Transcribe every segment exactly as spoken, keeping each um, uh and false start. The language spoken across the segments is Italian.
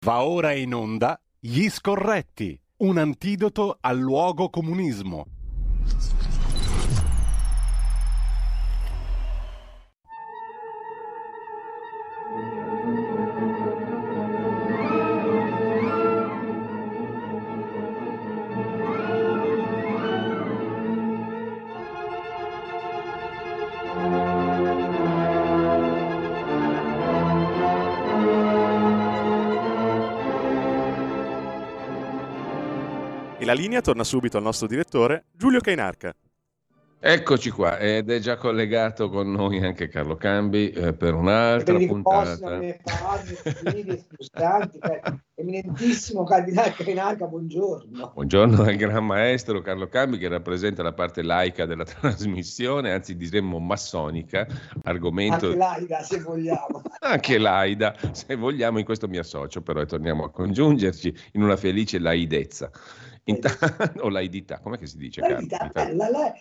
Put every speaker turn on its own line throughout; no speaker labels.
Va ora in onda Gli Scorretti, un antidoto al luogo comunismo.
E la linea torna subito al nostro direttore Giulio Cainarca.
Eccoci qua, ed è già collegato con noi anche Carlo Cambi eh, per un'altra
per
puntata.
Eminentissimo candidato Cainarca, buongiorno.
Buongiorno al gran maestro Carlo Cambi, che rappresenta la parte laica della trasmissione, anzi diremmo massonica, argomento...
Anche laida, se vogliamo.
Anche laida, se vogliamo, in questo mi associo, però e torniamo a congiungerci in una felice laidezza. Intanto, o laidità, com'è che si dice?
Laidità, Carlo? La, la,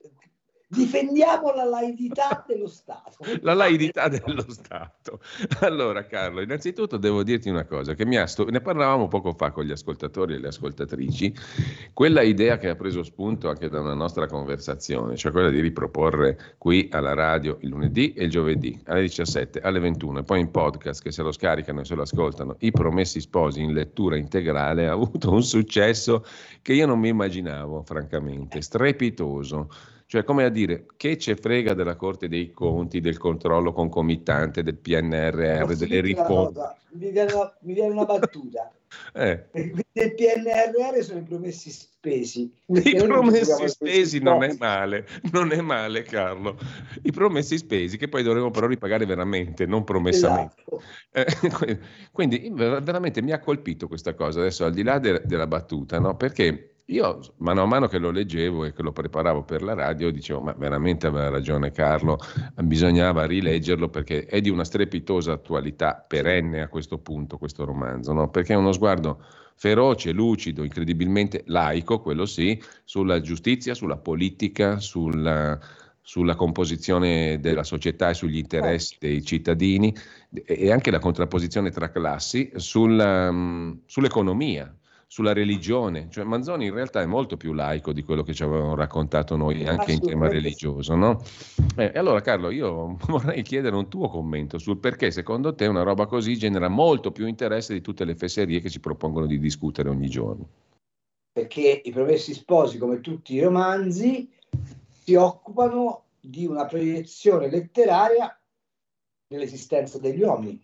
difendiamo la laidità dello Stato.
La laidità dello Stato. Allora Carlo, innanzitutto devo dirti una cosa, che mi ha sto... ne parlavamo poco fa con gli ascoltatori e le ascoltatrici, quella idea che ha preso spunto anche da una nostra conversazione, cioè quella di riproporre qui alla radio il lunedì e il giovedì alle diciassette, alle ventuno e poi in podcast, che se lo scaricano e se lo ascoltano, I Promessi Sposi in lettura integrale, ha avuto un successo che io non mi immaginavo, francamente, strepitoso. Cioè, come a dire, che ce frega della Corte dei Conti, del controllo concomitante, del P N R R,
Posso
delle
dirti una
riforme.
cosa? Mi viene una, mi viene una battuta.
Eh.
Del P N R R sono i promessi spesi.
I promessi spesi non è male, non è male Carlo. I promessi spesi che poi dovremo però ripagare veramente, non promessamente. Esatto. Eh, quindi veramente mi ha colpito questa cosa, adesso al di là de- della battuta, no? Perché io mano a mano che lo leggevo e che lo preparavo per la radio dicevo, ma veramente aveva ragione Carlo, bisognava rileggerlo perché è di una strepitosa attualità perenne a questo punto questo romanzo, no? Perché è uno sguardo feroce, lucido, incredibilmente laico, quello sì, sulla giustizia, sulla politica, sulla, sulla composizione della società e sugli interessi dei cittadini e anche la contrapposizione tra classi, sulla, sull'economia, sulla religione. Cioè Manzoni in realtà è molto più laico di quello che ci avevano raccontato noi anche in tema religioso, no? Eh, e allora Carlo, io vorrei chiedere un tuo commento sul perché secondo te una roba così genera molto più interesse di tutte le fesserie che ci propongono di discutere ogni giorno.
Perché I Promessi Sposi, come tutti i romanzi, si occupano di una proiezione letteraria dell'esistenza degli uomini,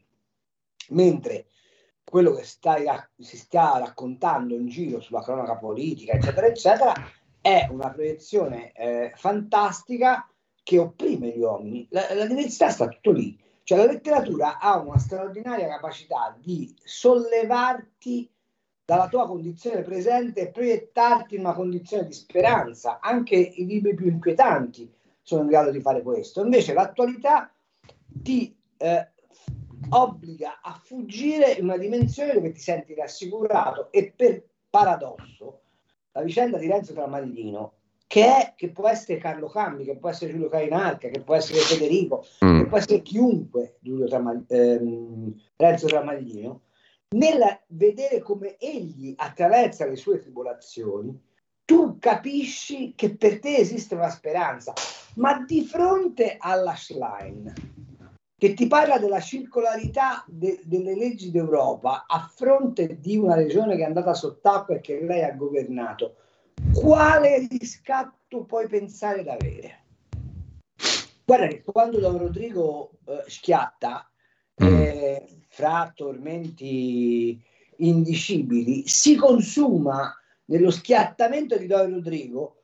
mentre quello che stai, si sta raccontando in giro sulla cronaca politica, eccetera, eccetera, è una proiezione eh, fantastica che opprime gli uomini. La, la diversità sta tutto lì. Cioè la letteratura ha una straordinaria capacità di sollevarti dalla tua condizione presente e proiettarti in una condizione di speranza. Anche i libri più inquietanti sono in grado di fare questo. Invece l'attualità ti eh, obbliga a fuggire in una dimensione dove ti senti rassicurato, e per paradosso la vicenda di Renzo Tramaglino, che è che può essere Carlo Cambi, che può essere Giulio Cainarca, che può essere Federico, mm. che può essere chiunque, Giulio Tramag- ehm, Renzo Tramaglino, nel vedere come egli attraversa le sue tribolazioni, tu capisci che per te esiste una speranza, ma di fronte alla Schlein che ti parla della circolarità de- delle leggi d'Europa a fronte di una regione che è andata sott'acqua e che lei ha governato, quale riscatto puoi pensare di avere? Guarda che quando Don Rodrigo eh, schiatta eh, fra tormenti indicibili, si consuma nello schiattamento di Don Rodrigo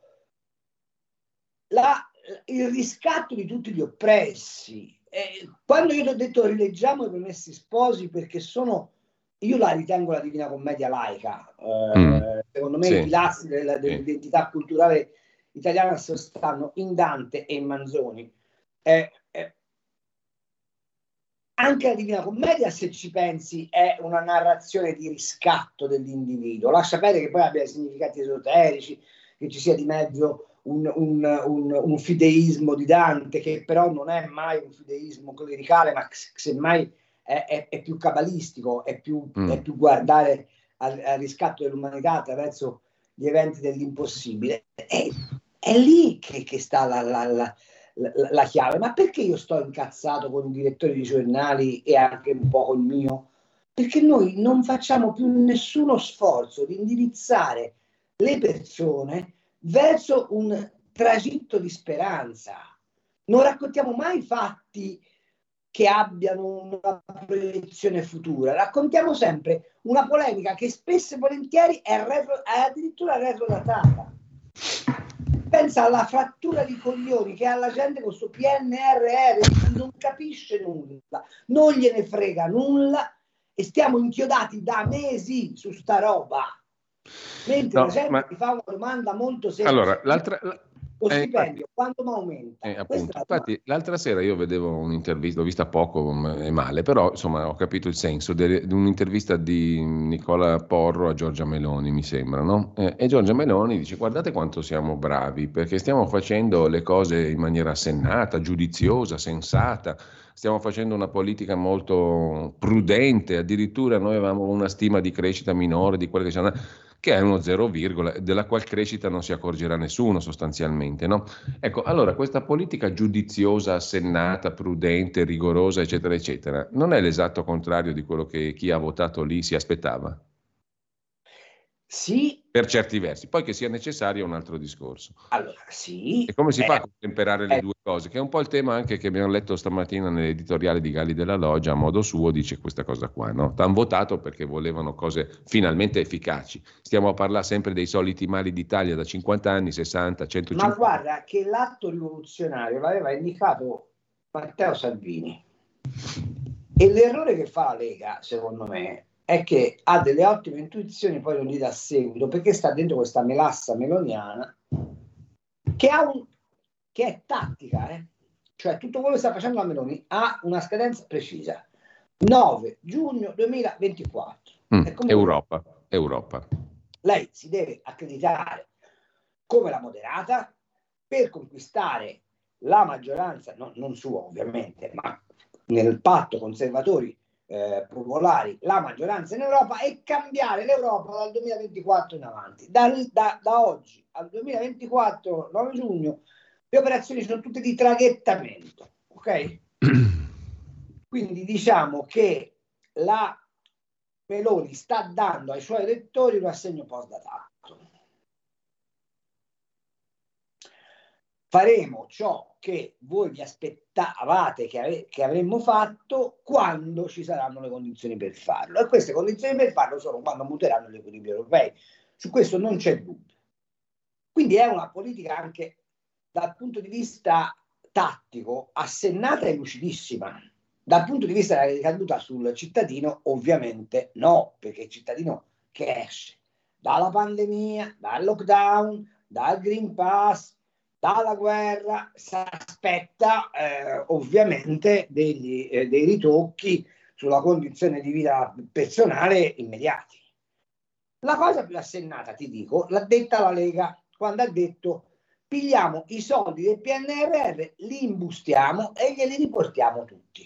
la, il riscatto di tutti gli oppressi. Eh, quando io ti ho detto rileggiamo I Promessi Sposi perché sono, io la ritengo la Divina Commedia laica, eh, mm. secondo me sì. I pilastri della, dell'identità culturale italiana stanno in Dante e in Manzoni. Eh, eh, anche la Divina Commedia, se ci pensi, è una narrazione di riscatto dell'individuo. Lascia perdere che poi abbia significati esoterici, che ci sia di mezzo un, un, un, un fideismo di Dante, che però non è mai un fideismo clericale, ma semmai è, è, è più cabalistico, è più,
Mm.
è più guardare al, al riscatto dell'umanità attraverso gli eventi dell'impossibile. È, è lì che, che sta la, la, la, la, la chiave. Ma perché io sto incazzato con i direttori di giornali e anche un po' col mio? Perché noi non facciamo più nessuno sforzo di indirizzare le persone verso un tragitto di speranza. Non raccontiamo mai fatti che abbiano una proiezione futura, raccontiamo sempre una polemica che spesso e volentieri è, retro, è addirittura retrodatata. Pensa alla frattura di coglioni che ha la gente con questo P N R R, non capisce nulla, non gliene frega nulla e stiamo inchiodati da mesi su sta roba. Mentre
No,
la gente
ma...
ti fa una domanda molto semplice.
Allora, l'altra...
Lo
Eh,
stipendio, quando mi aumenta?
Eh,
Questa
appunto.
è la
Infatti, l'altra sera io vedevo un'intervista, l'ho vista poco e male, però insomma ho capito il senso de- di un'intervista di Nicola Porro a Giorgia Meloni, mi sembra, no? Eh, e Giorgia Meloni dice: guardate quanto siamo bravi, perché stiamo facendo le cose in maniera assennata, giudiziosa, sensata, stiamo facendo una politica molto prudente, addirittura noi avevamo una stima di crescita minore di quelle che sono, che è uno zero, della qual crescita non si accorgerà nessuno sostanzialmente, no? Ecco, allora questa politica giudiziosa, assennata, prudente, rigorosa, eccetera, eccetera, non è l'esatto contrario di quello che chi ha votato lì si aspettava?
Sì.
Per certi versi. Poi che sia necessario è un altro discorso.
Allora, sì.
E come si
eh,
fa a contemperare le
eh,
due cose? Che è un po' il tema anche che abbiamo letto stamattina nell'editoriale di Galli della Loggia, a modo suo dice questa cosa qua, no? T'han votato perché volevano cose finalmente efficaci. Stiamo a parlare sempre dei soliti mali d'Italia da cinquanta anni, sessanta, centocinquanta.
Ma guarda che l'atto rivoluzionario l'aveva indicato Matteo Salvini. E l'errore che fa la Lega, secondo me, è che ha delle ottime intuizioni, poi non gli dà seguito, perché sta dentro questa melassa meloniana che, ha un, che è tattica, eh? Cioè tutto quello che sta facendo la Meloni ha una scadenza precisa, nove giugno duemilaventiquattro.
Mm,
È come
Europa, Europa.
Lei si deve accreditare come la moderata per conquistare la maggioranza, no, non sua ovviamente, ma nel patto conservatori eh, popolari, la maggioranza in Europa e cambiare l'Europa dal duemilaventiquattro in avanti. Da, da, da oggi al duemilaventiquattro, nove giugno, le operazioni sono tutte di traghettamento, ok? Quindi diciamo che la Meloni sta dando ai suoi elettori un assegno post-datato. Faremo ciò che voi vi aspettavate che, ave- che avremmo fatto quando ci saranno le condizioni per farlo. E queste condizioni per farlo sono quando muteranno gli equilibri europei. Su questo non c'è dubbio. Quindi è una politica anche dal punto di vista tattico assennata e lucidissima. Dal punto di vista della ricaduta sul cittadino, ovviamente no, perché il cittadino che esce dalla pandemia, dal lockdown, dal Green Pass, dalla guerra, si aspetta eh, ovviamente degli, eh, dei ritocchi sulla condizione di vita personale immediati. La cosa più assennata, ti dico, l'ha detta la Lega quando ha detto: pigliamo i soldi del P N R R, li imbustiamo e glieli riportiamo tutti.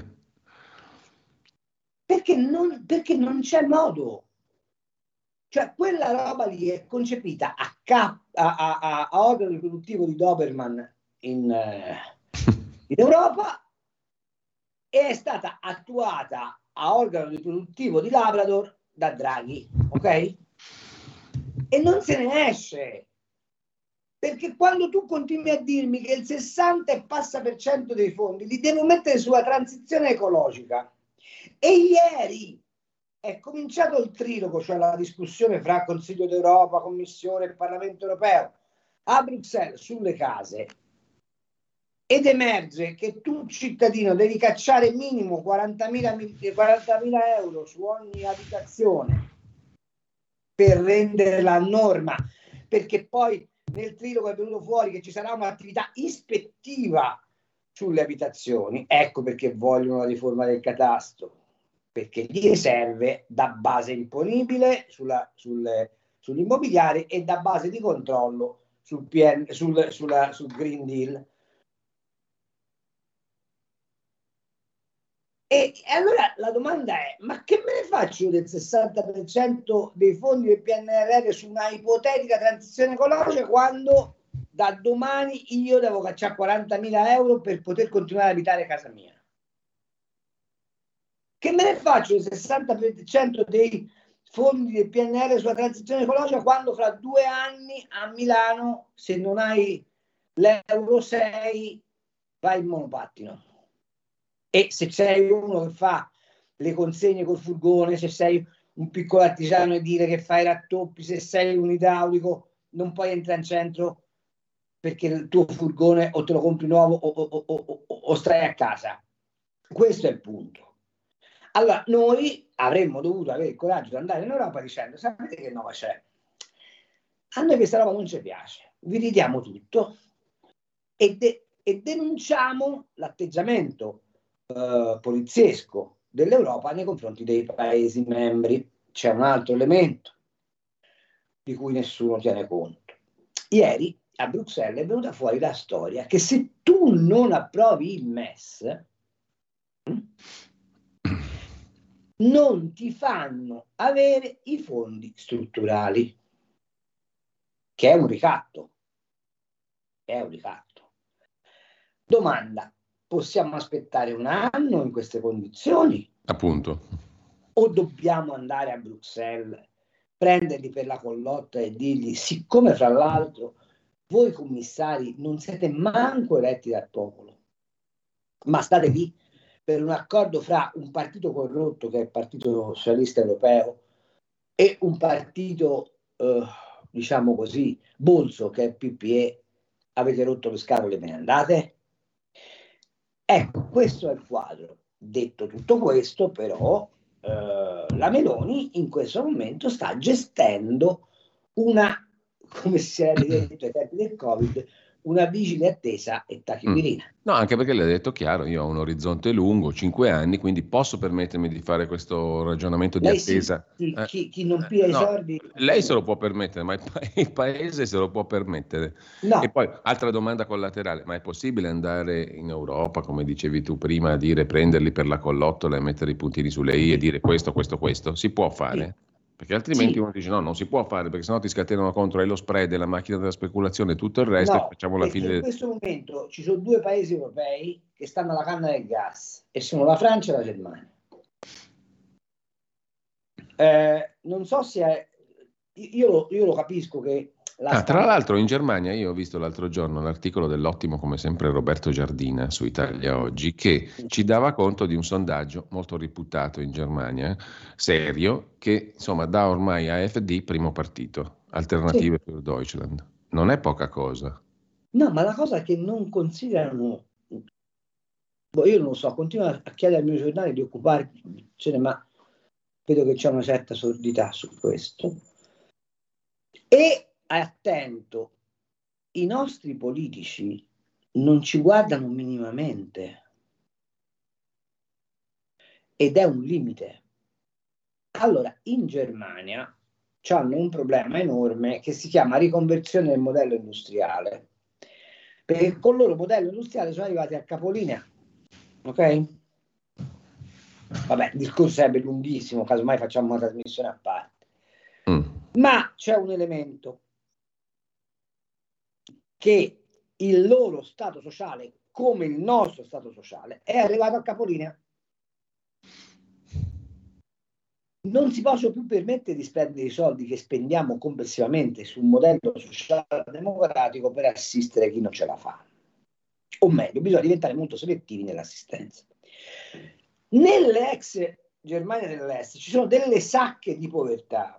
Perché non, perché non c'è modo. Cioè, quella roba lì è concepita a, cap- a, a, a, a organo riproduttivo di Doberman in, eh, in Europa e è stata attuata a organo riproduttivo di Labrador da Draghi, ok? E non se ne esce. Perché quando tu continui a dirmi che il sessanta e passa per cento dei fondi li devo mettere sulla transizione ecologica e ieri è cominciato il trilogo, cioè la discussione fra Consiglio d'Europa, Commissione e Parlamento Europeo a Bruxelles sulle case ed emerge che tu cittadino devi cacciare minimo quarantamila euro su ogni abitazione per rendere la norma, perché poi nel trilogo è venuto fuori che ci sarà un'attività ispettiva sulle abitazioni. Ecco perché vogliono la riforma del catasto, perché gli serve da base imponibile sulla, sulle, sull'immobiliare e da base di controllo sul, P N, sul, sulla, sul Green Deal. E, e allora la domanda è, ma che me ne faccio del sessanta per cento dei fondi del P N R R su una ipotetica transizione ecologica quando da domani io devo cacciare quarantamila euro per poter continuare ad abitare casa mia? Che me ne faccio del sessanta per cento dei fondi del P N R R sulla transizione ecologica quando fra due anni a Milano, se non hai l'Euro sei, vai in monopattino? E se sei uno che fa le consegne col furgone, se sei un piccolo artigiano e dire che fai rattoppi, se sei un idraulico, non puoi entrare in centro perché il tuo furgone o te lo compri nuovo o, o, o, o, o stai a casa. Questo è il punto. Allora, noi avremmo dovuto avere il coraggio di andare in Europa dicendo, sapete che nuova c'è? A noi questa roba non ci piace, vi ridiamo tutto e, de- e denunciamo l'atteggiamento Uh, poliziesco dell'Europa nei confronti dei Paesi membri. C'è un altro elemento di cui nessuno tiene conto. Ieri a Bruxelles è venuta fuori la storia che se tu non approvi il M E S non ti fanno avere i fondi strutturali, che è un ricatto. È un ricatto. Domanda: possiamo aspettare un anno in queste condizioni?
Appunto.
O dobbiamo andare a Bruxelles, prenderli per la collotta e dirgli, siccome fra l'altro voi commissari non siete manco eletti dal popolo, ma state lì per un accordo fra un partito corrotto che è il Partito Socialista Europeo e un partito, eh, diciamo così, bolso che è il P P E, avete rotto le scatole e ve ne andate? Ecco, questo è il quadro. Detto tutto questo, però, eh, la Meloni in questo momento sta gestendo una, come si sarebbe detto ai tempi del Covid, una vigile attesa e tachipirina.
Mm. No, anche perché le ha detto chiaro, io ho un orizzonte lungo, cinque anni, quindi posso permettermi di fare questo ragionamento di
Lei
attesa.
Sì,
Eh,
chi, chi non piglia i
no,
soldi...
lei se lo può permettere, ma il, pa- il paese se lo può permettere.
No.
E poi, altra domanda collaterale, ma è possibile andare in Europa, come dicevi tu prima, a dire prenderli per la collottola e mettere i puntini sulle i e dire questo, questo, questo? Si può fare?
Sì.
Perché altrimenti
Sì.
uno dice no, non si può fare perché sennò ti scatenano contro e lo spread, e la macchina della speculazione e tutto il resto
No,
e facciamo la
perché
fine
in
del...
questo momento ci sono due paesi europei che stanno alla canna del gas e sono la Francia e la Germania. Eh, non so se è, io, io lo capisco che la
Ah, tra
stampa...
l'altro in Germania io ho visto l'altro giorno l'articolo dell'ottimo, come sempre, Roberto Giardina su Italia Oggi, che ci dava conto di un sondaggio molto reputato in Germania, serio, che insomma dà ormai a AfD primo partito, Alternative
Sì.
für Deutschland. Non è poca cosa.
No, ma la cosa che non considerano, boh, io non lo so, continuo a chiedere al mio giornale di occuparcene, ma vedo che c'è una certa sordità su questo. E attento, i nostri politici non ci guardano minimamente ed è un limite. Allora, in Germania hanno un problema enorme che si chiama riconversione del modello industriale, perché con il loro modello industriale sono arrivati al capolinea, ok? Vabbè, il discorso sarebbe lunghissimo, casomai facciamo una trasmissione a parte.
Mm.
Ma c'è un elemento che il loro stato sociale, come il nostro stato sociale, è arrivato al capolinea. Non si possono più permettere di spendere i soldi che spendiamo complessivamente su un modello sociale democratico per assistere chi non ce la fa. O meglio, bisogna diventare molto selettivi nell'assistenza. Nelle ex Germania dell'Est ci sono delle sacche di povertà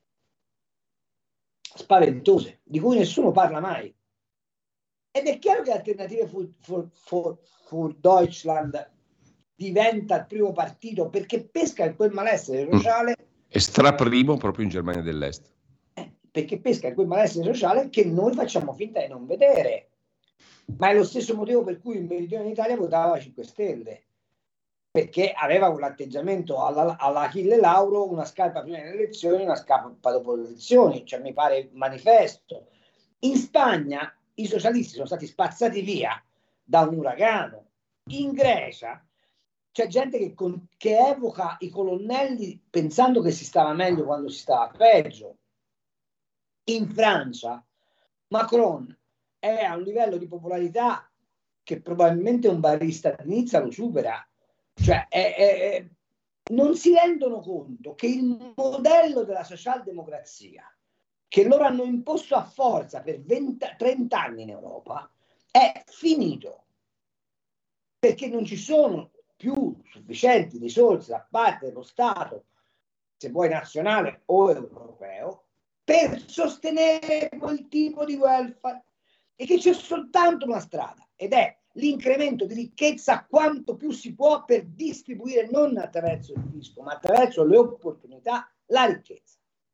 spaventose, di cui nessuno parla mai. Ed è chiaro che l'Alternative für, für, für, für Deutschland diventa il primo partito perché pesca in quel malessere sociale.
Mm. E straprimo proprio in Germania dell'Est.
Eh, perché pesca in quel malessere sociale che noi facciamo finta di non vedere. Ma è lo stesso motivo per cui il Meridione d'Italia votava cinque Stelle, perché aveva un atteggiamento alla, alla Achille Lauro, una scarpa prima delle elezioni, una scarpa dopo le elezioni, cioè mi pare manifesto. In Spagna i socialisti sono stati spazzati via da un uragano. In Grecia c'è gente che, con, che evoca i colonnelli pensando che si stava meglio quando si stava peggio. In Francia Macron è a un livello di popolarità che probabilmente un barista di Nizza lo supera. Cioè è, è, non si rendono conto che il modello della socialdemocrazia che loro hanno imposto a forza per venti trenta anni in Europa è finito, perché non ci sono più sufficienti risorse da parte dello Stato, se vuoi nazionale o europeo, per sostenere quel tipo di welfare, e che c'è soltanto una strada, ed è l'incremento di ricchezza quanto più si può per distribuire non attraverso il fisco, ma attraverso le opportunità, la ricchezza.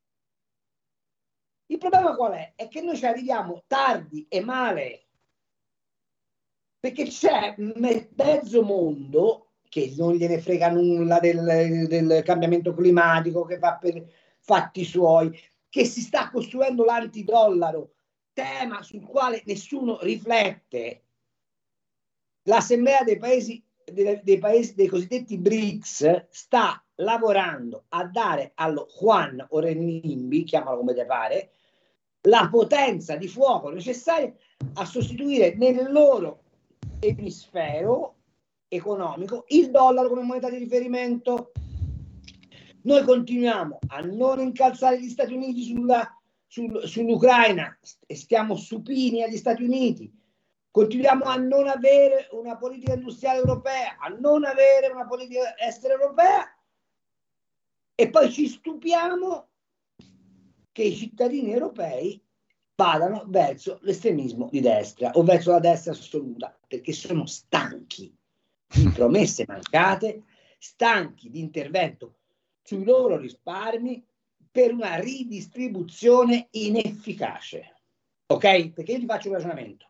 Il problema qual è? È che noi ci arriviamo tardi e male, perché c'è mezzo mondo che non gliene frega nulla del, del cambiamento climatico, che va per fatti suoi, che si sta costruendo l'antidollaro, tema sul quale nessuno riflette. L'Assemblea dei paesi, dei, dei paesi dei cosiddetti B R I C S sta lavorando a dare allo yuan o renminbi, chiamalo come te pare, la potenza di fuoco necessaria a sostituire nel loro emisfero economico il dollaro come moneta di riferimento. Noi continuiamo a non incalzare gli Stati Uniti sulla, sul, sull'Ucraina e stiamo supini agli Stati Uniti. Continuiamo a non avere una politica industriale europea, a non avere una politica estera europea, e poi ci stupiamo che i cittadini europei vadano verso l'estremismo di destra o verso la destra assoluta, perché sono stanchi di promesse mancate, stanchi di intervento sui loro risparmi per una ridistribuzione inefficace. Ok? Perché io ti faccio un ragionamento.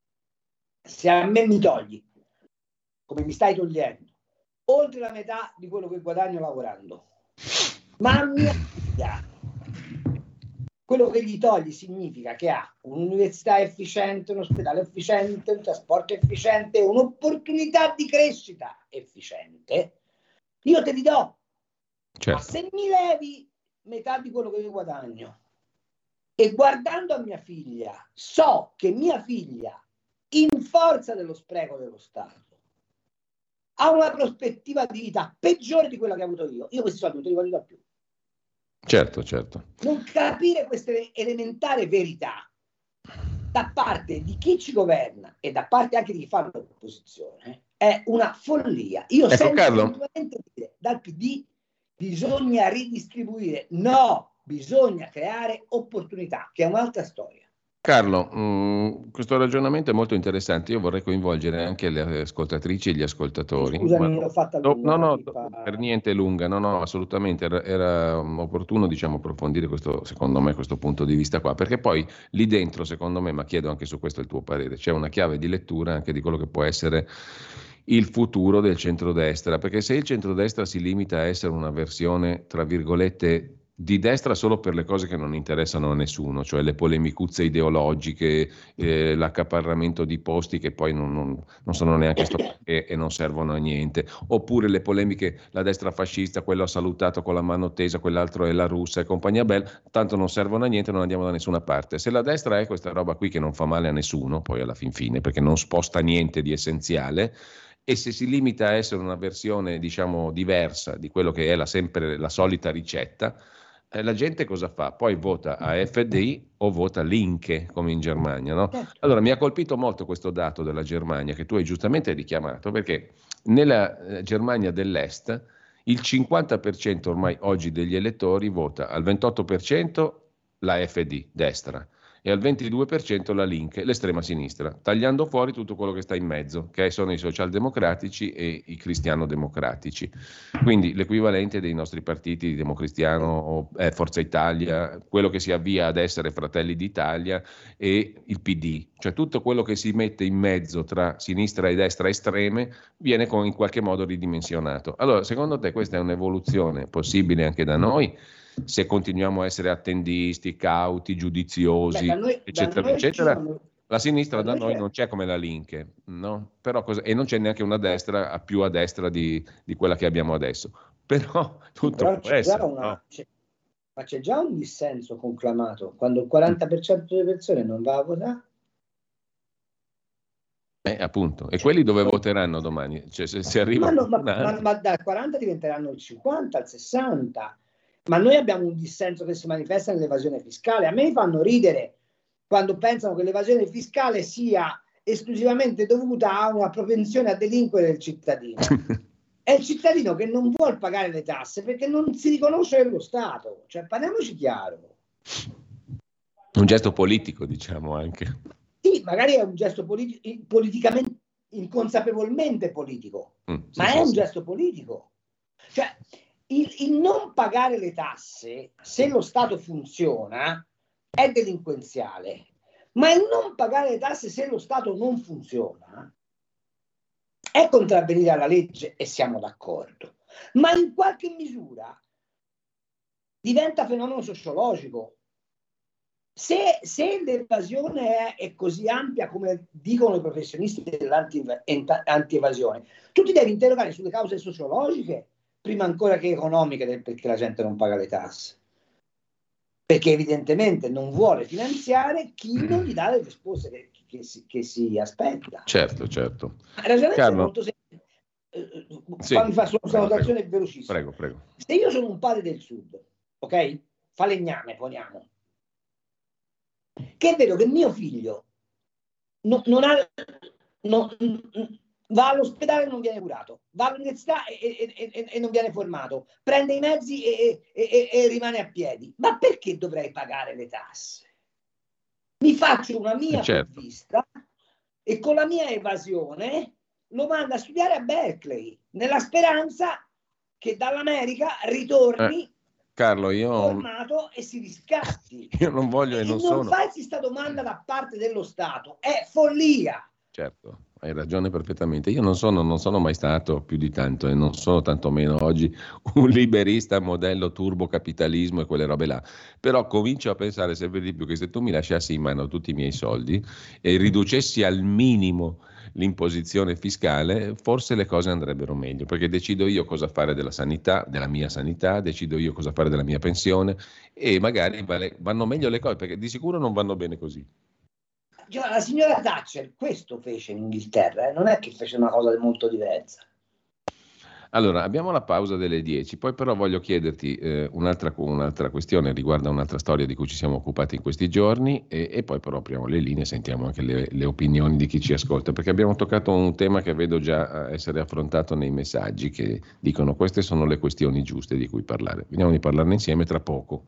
Se a me mi togli, come mi stai togliendo, oltre la metà di quello che guadagno lavorando, ma a mia figlia, quello che gli togli significa che ha un'università efficiente, un ospedale efficiente, un trasporto efficiente, un'opportunità di crescita efficiente, io te li do.
Certo.
Ma se mi levi metà di quello che io guadagno e guardando a mia figlia, so che mia figlia, in forza dello spreco dello Stato, ha una prospettiva di vita peggiore di quella che ho avuto io, io questi soldi non te li voglio da più.
Certo, certo.
Non capire queste elementari verità da parte di chi ci governa e da parte anche di chi fa l'opposizione è una follia. Io
ecco,
sento
Carlo,
continuamente dire dal P D bisogna ridistribuire. No, bisogna creare opportunità, che è un'altra storia.
Carlo, mh, questo ragionamento è molto interessante. Io vorrei coinvolgere anche le ascoltatrici e gli ascoltatori.
Scusami,
Ma,
l'ho fatta
no,
lunga.
no, no, per niente lunga, no, no, assolutamente. Era, era opportuno, diciamo, approfondire questo, secondo me, questo punto di vista qua, perché poi lì dentro, secondo me, ma chiedo anche su questo il tuo parere, c'è una chiave di lettura anche di quello che può essere il futuro del centrodestra, perché se il centrodestra si limita a essere una versione, tra virgolette, di destra solo per le cose che non interessano a nessuno, cioè le polemicuzze ideologiche, eh, l'accaparramento di posti che poi non, non, non sono neanche storiche e non servono a niente, oppure le polemiche, la destra fascista, quello ha salutato con la mano tesa, quell'altro è la russa e compagnia bella, tanto non servono a niente, non andiamo da nessuna parte. Se la destra è questa roba qui che non fa male a nessuno, poi alla fin fine, perché non sposta niente di essenziale, e se si limita a essere una versione, diciamo, diversa di quello che è la, sempre la solita ricetta, eh, la gente cosa fa? Poi vota A F D o vota Linke, come in Germania, no? Allora mi ha colpito molto questo dato della Germania che tu hai giustamente richiamato, perché nella eh, Germania dell'Est il cinquanta per cento ormai oggi degli elettori vota al ventotto per cento la A F D, destra, e al ventidue per cento la Linke, l'estrema sinistra, tagliando fuori tutto quello che sta in mezzo, che sono i socialdemocratici e i cristiano-democratici. Quindi l'equivalente dei nostri partiti di Democristiano, eh, Forza Italia, quello che si avvia ad essere Fratelli d'Italia e il P D. Cioè tutto quello che si mette in mezzo tra sinistra e destra estreme viene con, in qualche modo ridimensionato. Allora, secondo te questa è un'evoluzione possibile anche da noi? Se continuiamo a essere attendisti, cauti, giudiziosi, Beh, da noi, eccetera, da noi eccetera, sono... La sinistra da noi
c'è.
non c'è come la Linke, no? Però cosa, e non c'è neanche una destra a più a destra di, di quella che abbiamo adesso. Però tutto
Però
può
c'è
essere,
già una,
no?
c'è, ma c'è già un dissenso conclamato quando il quaranta per cento delle persone non va a votare.
Eh, appunto. E quelli dove voteranno domani? Cioè, se si arriva
Ma, no,
a
ma, ma, ma dal quaranta diventeranno il cinquanta, il sessanta. Ma noi abbiamo un dissenso che si manifesta nell'evasione fiscale. A me fanno ridere quando pensano che l'evasione fiscale sia esclusivamente dovuta a una propensione a delinquere del cittadino. È il cittadino che non vuole pagare le tasse perché non si riconosce nello Stato. Cioè, parliamoci chiaro.
Un gesto politico, diciamo anche.
Sì, magari è un gesto politi- politicamente, inconsapevolmente politico, mm, sì, ma sì, è un sì. gesto politico. Cioè, il, il non pagare le tasse, se lo Stato funziona, è delinquenziale, ma il non pagare le tasse se lo Stato non funziona è contravvenire alla legge, e siamo d'accordo, ma in qualche misura diventa fenomeno sociologico. Se, se l'evasione è, è così ampia come dicono i professionisti dell'anti-evasione, tu ti devi interrogare sulle cause sociologiche prima ancora che economiche del perché la gente non paga le tasse, perché evidentemente non vuole finanziare chi non gli dà le risposte che, che, si, che si aspetta.
Certo, certo.
La ragionamento è molto semplice. Eh,
sì,
fammi fare una notazione velocissima.
Prego, prego.
Se io sono un padre del sud, ok? Falegname, poniamo. Che è vero che mio figlio non, non ha, non, va all'ospedale e non viene curato, va all'università e, e, e, e non viene formato, prende i mezzi e, e, e rimane a piedi. Ma perché dovrei pagare le tasse? Mi faccio una mia
certo.
provvista e con la mia evasione lo mando a studiare a Berkeley, nella speranza che dall'America ritorni.
Eh. Carlo, io
formato e si riscatti.
Io non voglio e, e non, non sono.
Non farsi sta domanda da parte dello Stato è follia.
Certo, hai ragione perfettamente. Io non sono, non sono mai stato più di tanto e non sono tantomeno oggi un liberista modello turbocapitalismo e quelle robe là. Però comincio a pensare sempre di più che se tu mi lasciassi in mano tutti i miei soldi e riducessi al minimo l'imposizione fiscale, forse le cose andrebbero meglio, perché decido io cosa fare della sanità, della mia sanità, decido io cosa fare della mia pensione e magari vale, vanno meglio le cose, perché di sicuro non vanno bene così.
La signora Thatcher questo fece in Inghilterra, eh? Non è che fece una cosa molto diversa.
Allora, abbiamo la pausa delle dieci, poi però voglio chiederti eh, un'altra, un'altra questione, riguarda un'altra storia di cui ci siamo occupati in questi giorni e, e poi però apriamo le linee e sentiamo anche le, le opinioni di chi ci ascolta, perché abbiamo toccato un tema che vedo già essere affrontato nei messaggi che dicono queste sono le questioni giuste di cui parlare. Vediamo di parlarne insieme tra poco.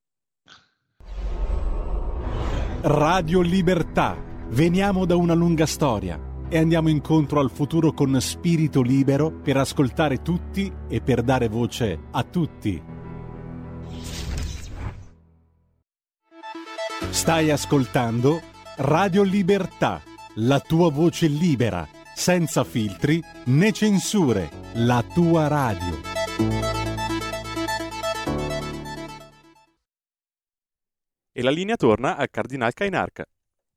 Radio Libertà. Veniamo da una lunga storia e andiamo incontro al futuro con spirito libero per ascoltare tutti e per dare voce a tutti. Stai ascoltando Radio Libertà, la tua voce libera, senza filtri né censure, la tua radio.
E la linea torna al Cardinal Cainarca.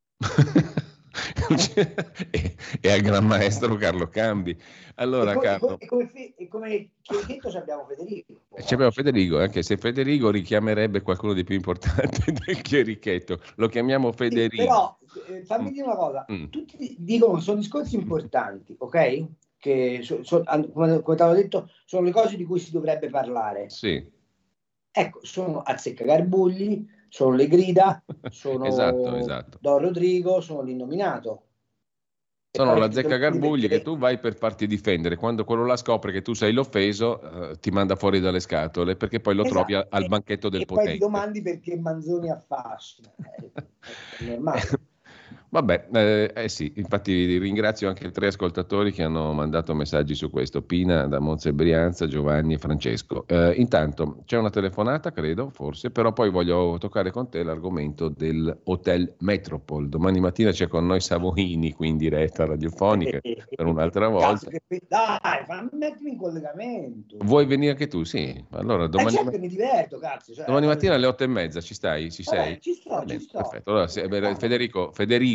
e, e al Gran Maestro Carlo Cambi. Allora,
e come,
Carlo,
e come, e come Chierichetto abbiamo Federico.
Ci abbiamo Federico, anche se Federico richiamerebbe qualcuno di più importante del Chierichetto. Lo chiamiamo Federico.
Sì, però eh, fammi dire una cosa, mm. tutti dicono che sono discorsi importanti, ok? Che so, so, come, come ti avevo detto, sono le cose di cui si dovrebbe parlare.
Sì.
Ecco, sono azzeccagarbugli, sono le grida, sono
esatto, esatto.
Don Rodrigo, sono l'innominato.
Sono la zeccagarbugli che tu vai per farti difendere. Quando quello là scopre che tu sei l'offeso, eh, ti manda fuori dalle scatole, perché poi lo esatto. trovi a, al banchetto del
e
potente.
E poi ti domandi perché Manzoni affascina. È normale.
Vabbè, eh, eh sì, infatti ringrazio anche tre ascoltatori che hanno mandato messaggi su questo, Pina da Monza e Brianza, Giovanni e Francesco. Eh, intanto c'è una telefonata, credo, forse, però poi voglio toccare con te l'argomento del Hotel Metropole. Domani mattina c'è con noi Savoini, qui in diretta radiofonica, per un'altra volta.
Cazzo, che... Dai, fammi mettermi in collegamento.
Vuoi venire anche tu? Sì. Allora, domani,
eh, certo che mi diverto, cazzo. Cioè,
domani mattina alle otto e mezza ci stai? Ci sei?
Vabbè, ci sto,
Bene,
ci sto.
Perfetto. Allora, se, Federico, Federico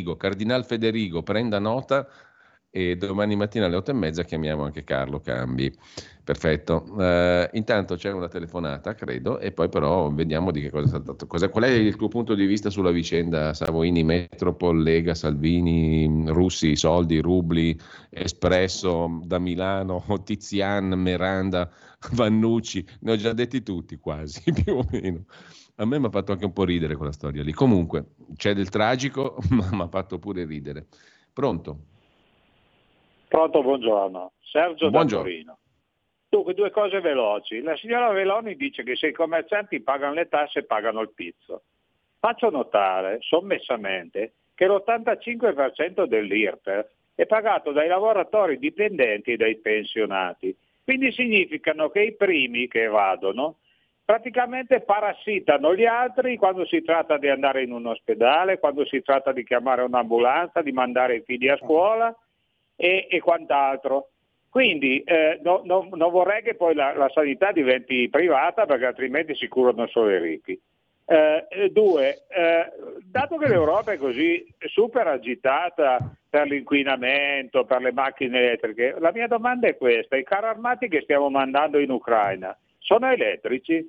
Federigo, Cardinal Federigo, prenda nota e domani mattina alle otto e mezza chiamiamo anche Carlo Cambi. Perfetto. Uh, intanto c'è una telefonata, credo, e poi però vediamo di che cosa è stato. Cosa, qual è il tuo punto di vista sulla vicenda Savoini, Metropol, Lega, Salvini, russi, soldi, rubli, Espresso da Milano, Tizian, Meranda, Vannucci, ne ho già detti tutti quasi, più o meno. A me mi ha fatto anche un po' ridere quella storia lì. Comunque, c'è del tragico, ma mi ha fatto pure ridere. Pronto?
Pronto, buongiorno. Sergio
Buongiorno.
da Torino. Dunque, due cose veloci. La signora Veloni dice che se i commercianti pagano le tasse pagano il pizzo. Faccio notare sommessamente che l'ottantacinque per cento dell'I R P E F è pagato dai lavoratori dipendenti e dai pensionati. Quindi significano che i primi che evadono praticamente parassitano gli altri quando si tratta di andare in un ospedale, quando si tratta di chiamare un'ambulanza, di mandare i figli a scuola e, e quant'altro. Quindi eh, no, no, non vorrei che poi la, la sanità diventi privata, perché altrimenti si curano solo i ricchi. Eh, due, eh, dato che l'Europa è così super agitata per l'inquinamento, per le macchine elettriche, la mia domanda è questa: i carri armati che stiamo mandando in Ucraina sono elettrici?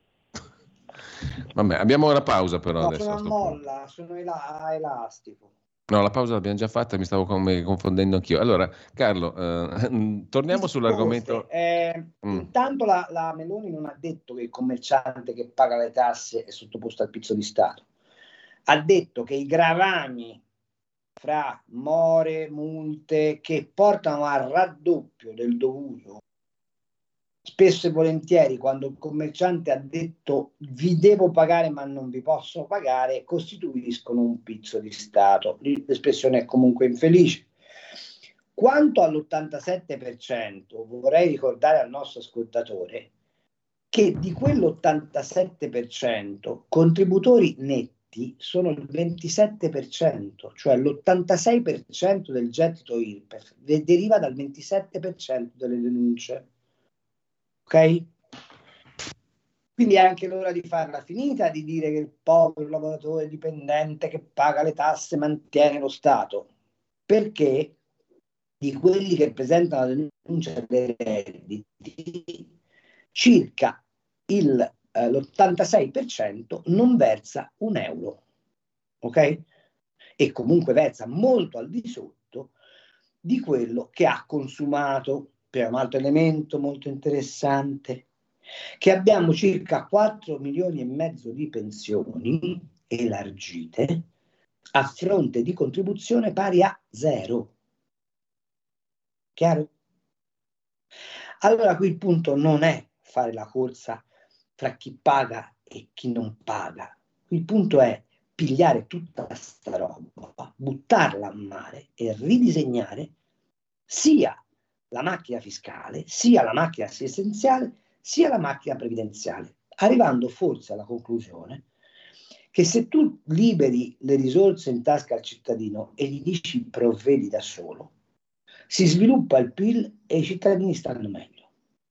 Vabbè, abbiamo una pausa però
no,
adesso.
Sono a molla, sono a elastico.
No, la pausa l'abbiamo già fatta, mi stavo confondendo anch'io. Allora, Carlo, eh, torniamo sull'argomento.
Eh, mm. Intanto la, la Meloni non ha detto che il commerciante che paga le tasse è sottoposto al pizzo di Stato. Ha detto che i gravami fra more, multe, che portano al raddoppio del dovuto, spesso e volentieri quando il commerciante ha detto vi devo pagare ma non vi posso pagare, costituiscono un pizzo di Stato. L'espressione è comunque infelice. Quanto all'ottantasette per cento, vorrei ricordare al nostro ascoltatore che di quell'ottantasette per cento contributori netti sono il ventisette per cento, cioè l'ottantasei per cento del gettito I R P E F deriva dal ventisette per cento delle denunce. Ok? Quindi è anche l'ora di farla finita di dire che il povero lavoratore dipendente che paga le tasse mantiene lo Stato, perché di quelli che presentano la denuncia dei redditi circa il, eh, l'ottantasei per cento non versa un euro, ok? E comunque versa molto al di sotto di quello che ha consumato. Per un altro elemento molto interessante, che abbiamo circa quattro milioni e mezzo di pensioni elargite a fronte di contribuzione pari a zero. Chiaro? Allora qui il punto non è fare la corsa tra chi paga e chi non paga. Il punto è pigliare tutta sta roba, buttarla a mare e ridisegnare sia la macchina fiscale, sia la macchina assistenziale, sia la macchina previdenziale, arrivando forse alla conclusione che se tu liberi le risorse in tasca al cittadino e gli dici provvedi da solo, si sviluppa il P I L e i cittadini stanno meglio.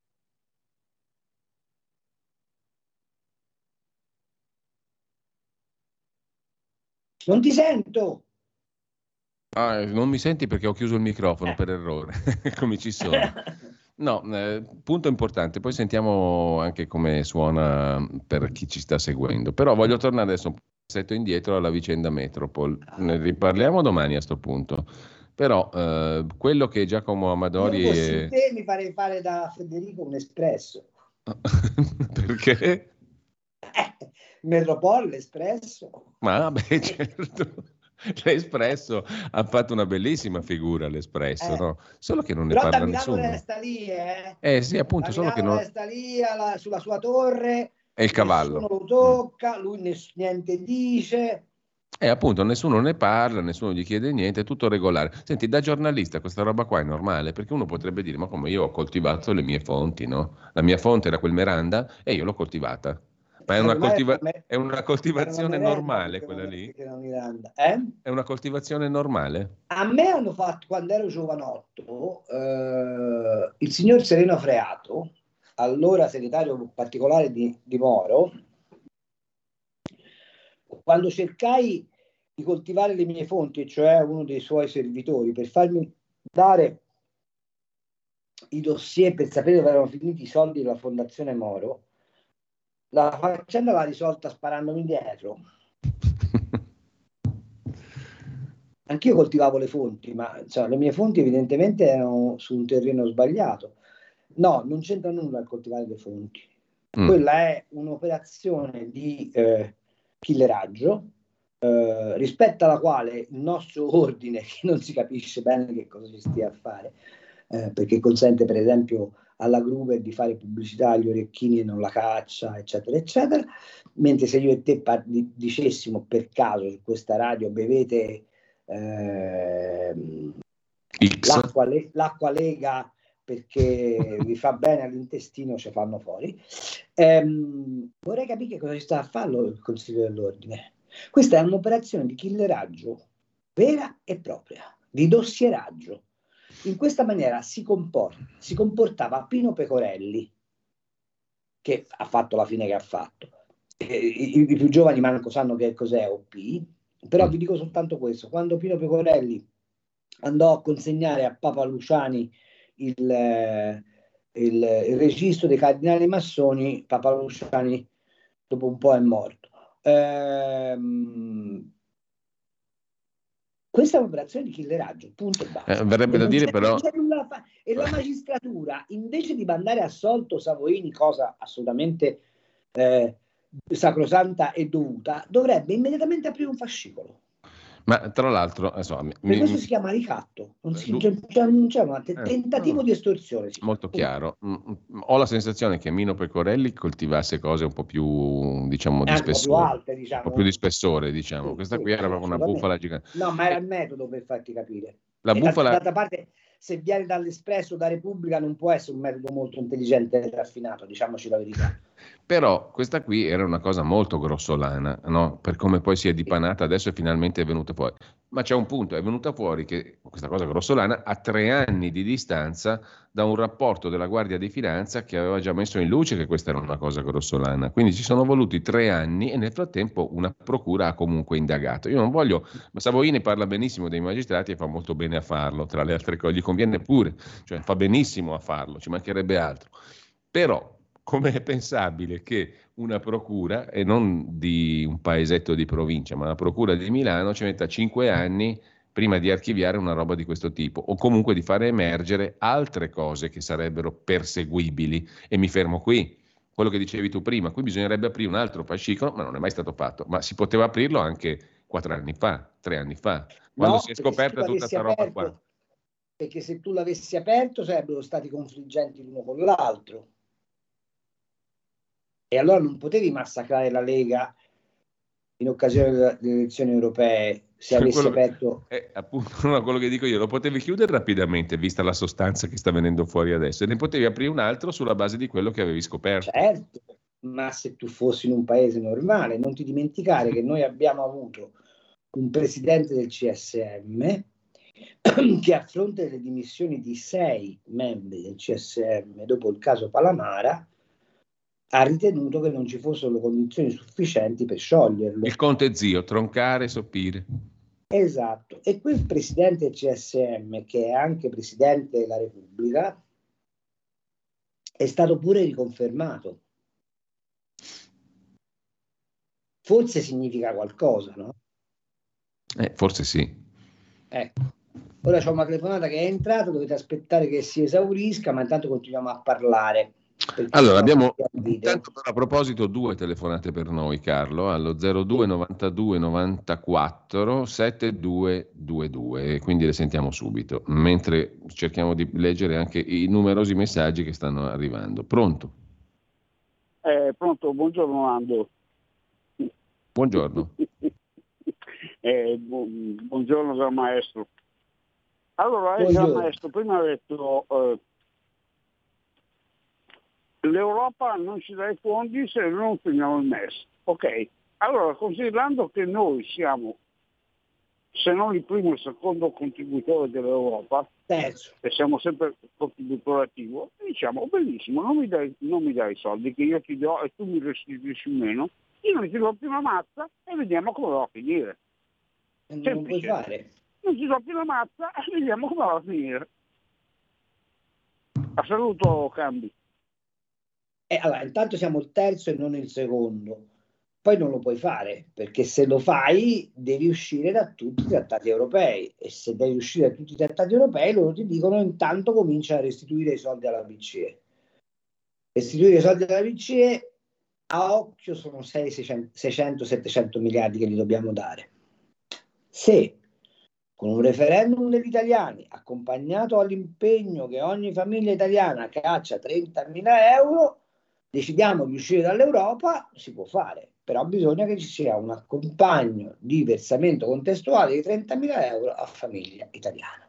Non ti sento!
Ah, non mi senti perché ho chiuso il microfono eh. per errore, come ci sono. No, eh, punto importante, poi sentiamo anche come suona per chi ci sta seguendo. Però voglio tornare adesso un pezzetto indietro alla vicenda Metropol. Ne riparliamo domani a sto punto. Però eh, quello che Giacomo Amadori...
Io fossi è... te mi farei fare da Federico un espresso.
Perché?
Eh, Metropol, l'espresso.
Ma vabbè, certo. L'Espresso ha fatto una bellissima figura, l'Espresso, eh. no? Solo che non ne
Però
parla
da Milano
nessuno.
resta lì, eh?
Eh sì, appunto,
da
solo
Milano
che non...
resta lì alla, sulla sua torre.
È il cavallo.
Nessuno lo tocca, lui ness- niente dice.
E eh, appunto, nessuno ne parla, nessuno gli chiede niente, è tutto regolare. Senti, da giornalista questa roba qua è normale, perché uno potrebbe dire, ma come io ho coltivato le mie fonti, no? La mia fonte era quel Meranda e io l'ho coltivata. Ma è una, coltiva- è una coltivazione una normale quella lì?
Eh?
È una coltivazione normale?
A me hanno fatto, quando ero giovanotto, eh, il signor Sereno Freato, allora segretario particolare di, di Moro, quando cercai di coltivare le mie fonti, cioè uno dei suoi servitori, per farmi dare i dossier per sapere dove erano finiti i soldi della Fondazione Moro, la faccenda l'ha risolta sparandomi dietro. Anch'io coltivavo le fonti, ma insomma, le mie fonti evidentemente erano su un terreno sbagliato. No, non c'entra nulla il coltivare le fonti. Mm. Quella è un'operazione di eh, killeraggio, eh, rispetto alla quale il nostro ordine, che non si capisce bene che cosa ci stia a fare, eh, perché consente per esempio alla Gruber di fare pubblicità agli orecchini e non la caccia, eccetera, eccetera, mentre se io e te par- dicessimo per caso su questa radio bevete eh, l'acqua, le- l'acqua lega perché vi fa bene all'intestino, ci fanno fuori. Ehm, vorrei capire che cosa ci sta a fare il Consiglio dell'Ordine. Questa è un'operazione di killeraggio vera e propria, di dossieraggio. In questa maniera si, comport- si comportava Pino Pecorelli, che ha fatto la fine che ha fatto. E, i, i più giovani manco sanno che cos'è O P, però vi dico soltanto questo: quando Pino Pecorelli andò a consegnare a Papa Luciani il, il, il registro dei cardinali massoni, Papa Luciani dopo un po' è morto. Ehm, questa è un'operazione di killeraggio, punto e basta.
Eh, verrebbe da dire però...
Fa- e la magistratura, invece di mandare assolto Savoini, cosa assolutamente eh, sacrosanta e dovuta, dovrebbe immediatamente aprire un fascicolo.
Ma tra l'altro, insomma,
per
mi,
questo si chiama ricatto, non, si,
du...
c'è, non c'è un tentativo eh, di estorsione.
Molto chiaro. Ho la sensazione che Mino Pecorelli coltivasse cose un po' più, diciamo, di spessore, un po' più alte, diciamo. Un po' più di spessore, diciamo. Sì, Questa sì, qui era proprio una bufala gigante.
No, ma era il metodo per farti capire.
La bufala...
D'altra parte, se viene dall'Espresso, da Repubblica, non può essere un metodo molto intelligente e raffinato, diciamoci la verità.
Però questa qui era una cosa molto grossolana, no? Per come poi si è dipanata adesso e finalmente è venuta fuori. Ma c'è un punto, è venuta fuori che questa cosa grossolana ha tre anni di distanza da un rapporto della Guardia di Finanza che aveva già messo in luce che questa era una cosa grossolana. Quindi ci sono voluti tre anni e nel frattempo una procura ha comunque indagato. Io non voglio, ma Savoini parla benissimo dei magistrati e fa molto bene a farlo, tra le altre cose, gli conviene pure, cioè fa benissimo a farlo, ci mancherebbe altro. Però come è pensabile che una procura, e non di un paesetto di provincia, ma la procura di Milano ci metta cinque anni prima di archiviare una roba di questo tipo, o comunque di fare emergere altre cose che sarebbero perseguibili? E mi fermo qui. Quello che dicevi tu prima, qui bisognerebbe aprire un altro fascicolo, ma non è mai stato fatto. Ma si poteva aprirlo anche quattro anni fa, tre anni fa, quando
no,
si è scoperta tutta questa roba qua.
Perché se tu l'avessi aperto sarebbero stati confliggenti l'uno con l'altro. E allora non potevi massacrare la Lega in occasione delle elezioni europee se avessi
quello,
aperto...
È appunto no, quello che dico io, lo potevi chiudere rapidamente vista la sostanza che sta venendo fuori adesso e ne potevi aprire un altro sulla base di quello che avevi scoperto.
Certo, ma se tu fossi in un paese normale, non ti dimenticare che noi abbiamo avuto un presidente del C S M che a fronte delle dimissioni di sei membri del C S M dopo il caso Palamara ha ritenuto che non ci fossero le condizioni sufficienti per scioglierlo.
Il conte zio, troncare e soppire.
Esatto, e quel presidente del C S M, che è anche presidente della Repubblica, è stato pure riconfermato. Forse significa qualcosa, no?
Eh, forse sì.
Ecco, ora c'è una telefonata che è entrata, dovete aspettare che si esaurisca, ma intanto continuiamo a parlare.
Allora, abbiamo intanto a proposito due telefonate per noi, Carlo, allo zero due novantadue novantaquattro settantadue ventidue, quindi le sentiamo subito, mentre cerchiamo di leggere anche i numerosi messaggi che stanno arrivando. Pronto?
Eh, pronto, buongiorno Ando.
Buongiorno.
eh, bu- buongiorno Gran Maestro. Allora, eh, Gran Maestro, prima ha detto... Eh, l'Europa non ci dà i fondi se non firmiamo il M E S. Ok, allora considerando che noi siamo, se non il primo, il secondo contributore dell'Europa,
terzo,
e siamo sempre contributore attivo, diciamo benissimo, non mi dai, non mi dai i soldi che io ti do e tu mi restituisci meno, io non ti do più una mazza e vediamo come va a finire.
non lo puoi fare.
Non ci tocchi la mazza e vediamo come va a finire. A saluto, Cambi.
E allora, intanto siamo il terzo e non il secondo. Poi non lo puoi fare, perché se lo fai devi uscire da tutti i trattati europei, e se devi uscire da tutti i trattati europei loro ti dicono intanto comincia a restituire i soldi alla B C E. Restituire i soldi alla B C E a occhio sono seicento settecento miliardi che gli dobbiamo dare. Se con un referendum degli italiani accompagnato all'impegno che ogni famiglia italiana caccia trentamila euro, decidiamo di uscire dall'Europa, si può fare. Però bisogna che ci sia un accompagno di versamento contestuale di trentamila euro a famiglia italiana.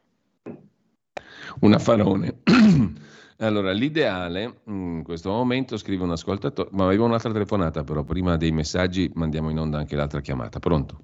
Un affarone. Allora, l'ideale, in questo momento, scrive un ascoltatore, ma avevo un'altra telefonata però, prima dei messaggi mandiamo in onda anche l'altra chiamata. Pronto?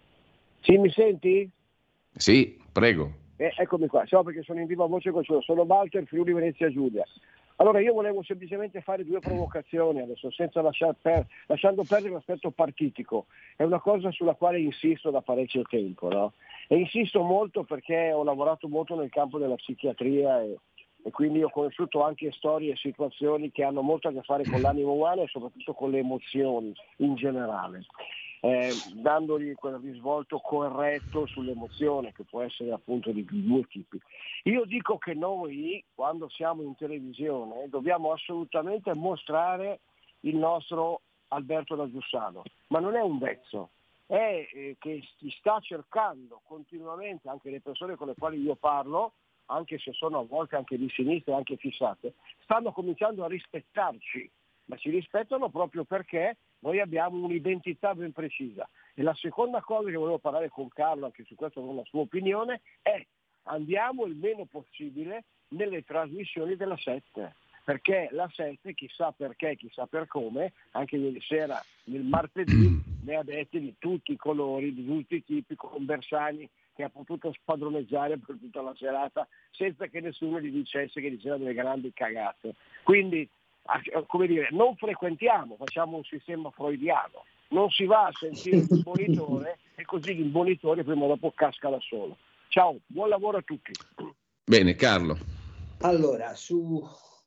Sì, mi senti?
Sì, prego.
Eh, eccomi qua, so perché sono in viva voce con ciò, sono Walter, Friuli Venezia Giulia. Allora io volevo semplicemente fare due provocazioni adesso, senza lasciar per, lasciando perdere l'aspetto partitico. È una cosa sulla quale insisto da parecchio tempo, no? E insisto molto perché ho lavorato molto nel campo della psichiatria e, e quindi ho conosciuto anche storie e situazioni che hanno molto a che fare con l'animo umano e soprattutto con le emozioni in generale. Eh, dandogli quel risvolto corretto sull'emozione, che può essere appunto di due tipi. Io dico che noi, quando siamo in televisione, dobbiamo assolutamente mostrare il nostro Alberto da Giussano, ma non è un vezzo, è eh, che si sta cercando continuamente, anche le persone con le quali io parlo, anche se sono a volte anche di sinistra, anche fissate, stanno cominciando a rispettarci, ma ci rispettano proprio perché noi abbiamo un'identità ben precisa. E la seconda cosa che volevo parlare con Carlo, anche su questo con la sua opinione, è andiamo il meno possibile nelle trasmissioni della sette, perché la sette, chissà perché, chissà per come, anche ieri sera, il martedì, ne ha dette di tutti i colori, di tutti i tipi, con Bersani che ha potuto spadroneggiare per tutta la serata senza che nessuno gli dicesse che diceva delle grandi cagate. Quindi, come dire, non frequentiamo, facciamo un sistema freudiano, non si va a sentire il monitore e così il monitore prima o dopo casca da solo. Ciao, buon lavoro a tutti.
Bene, Carlo.
Allora, su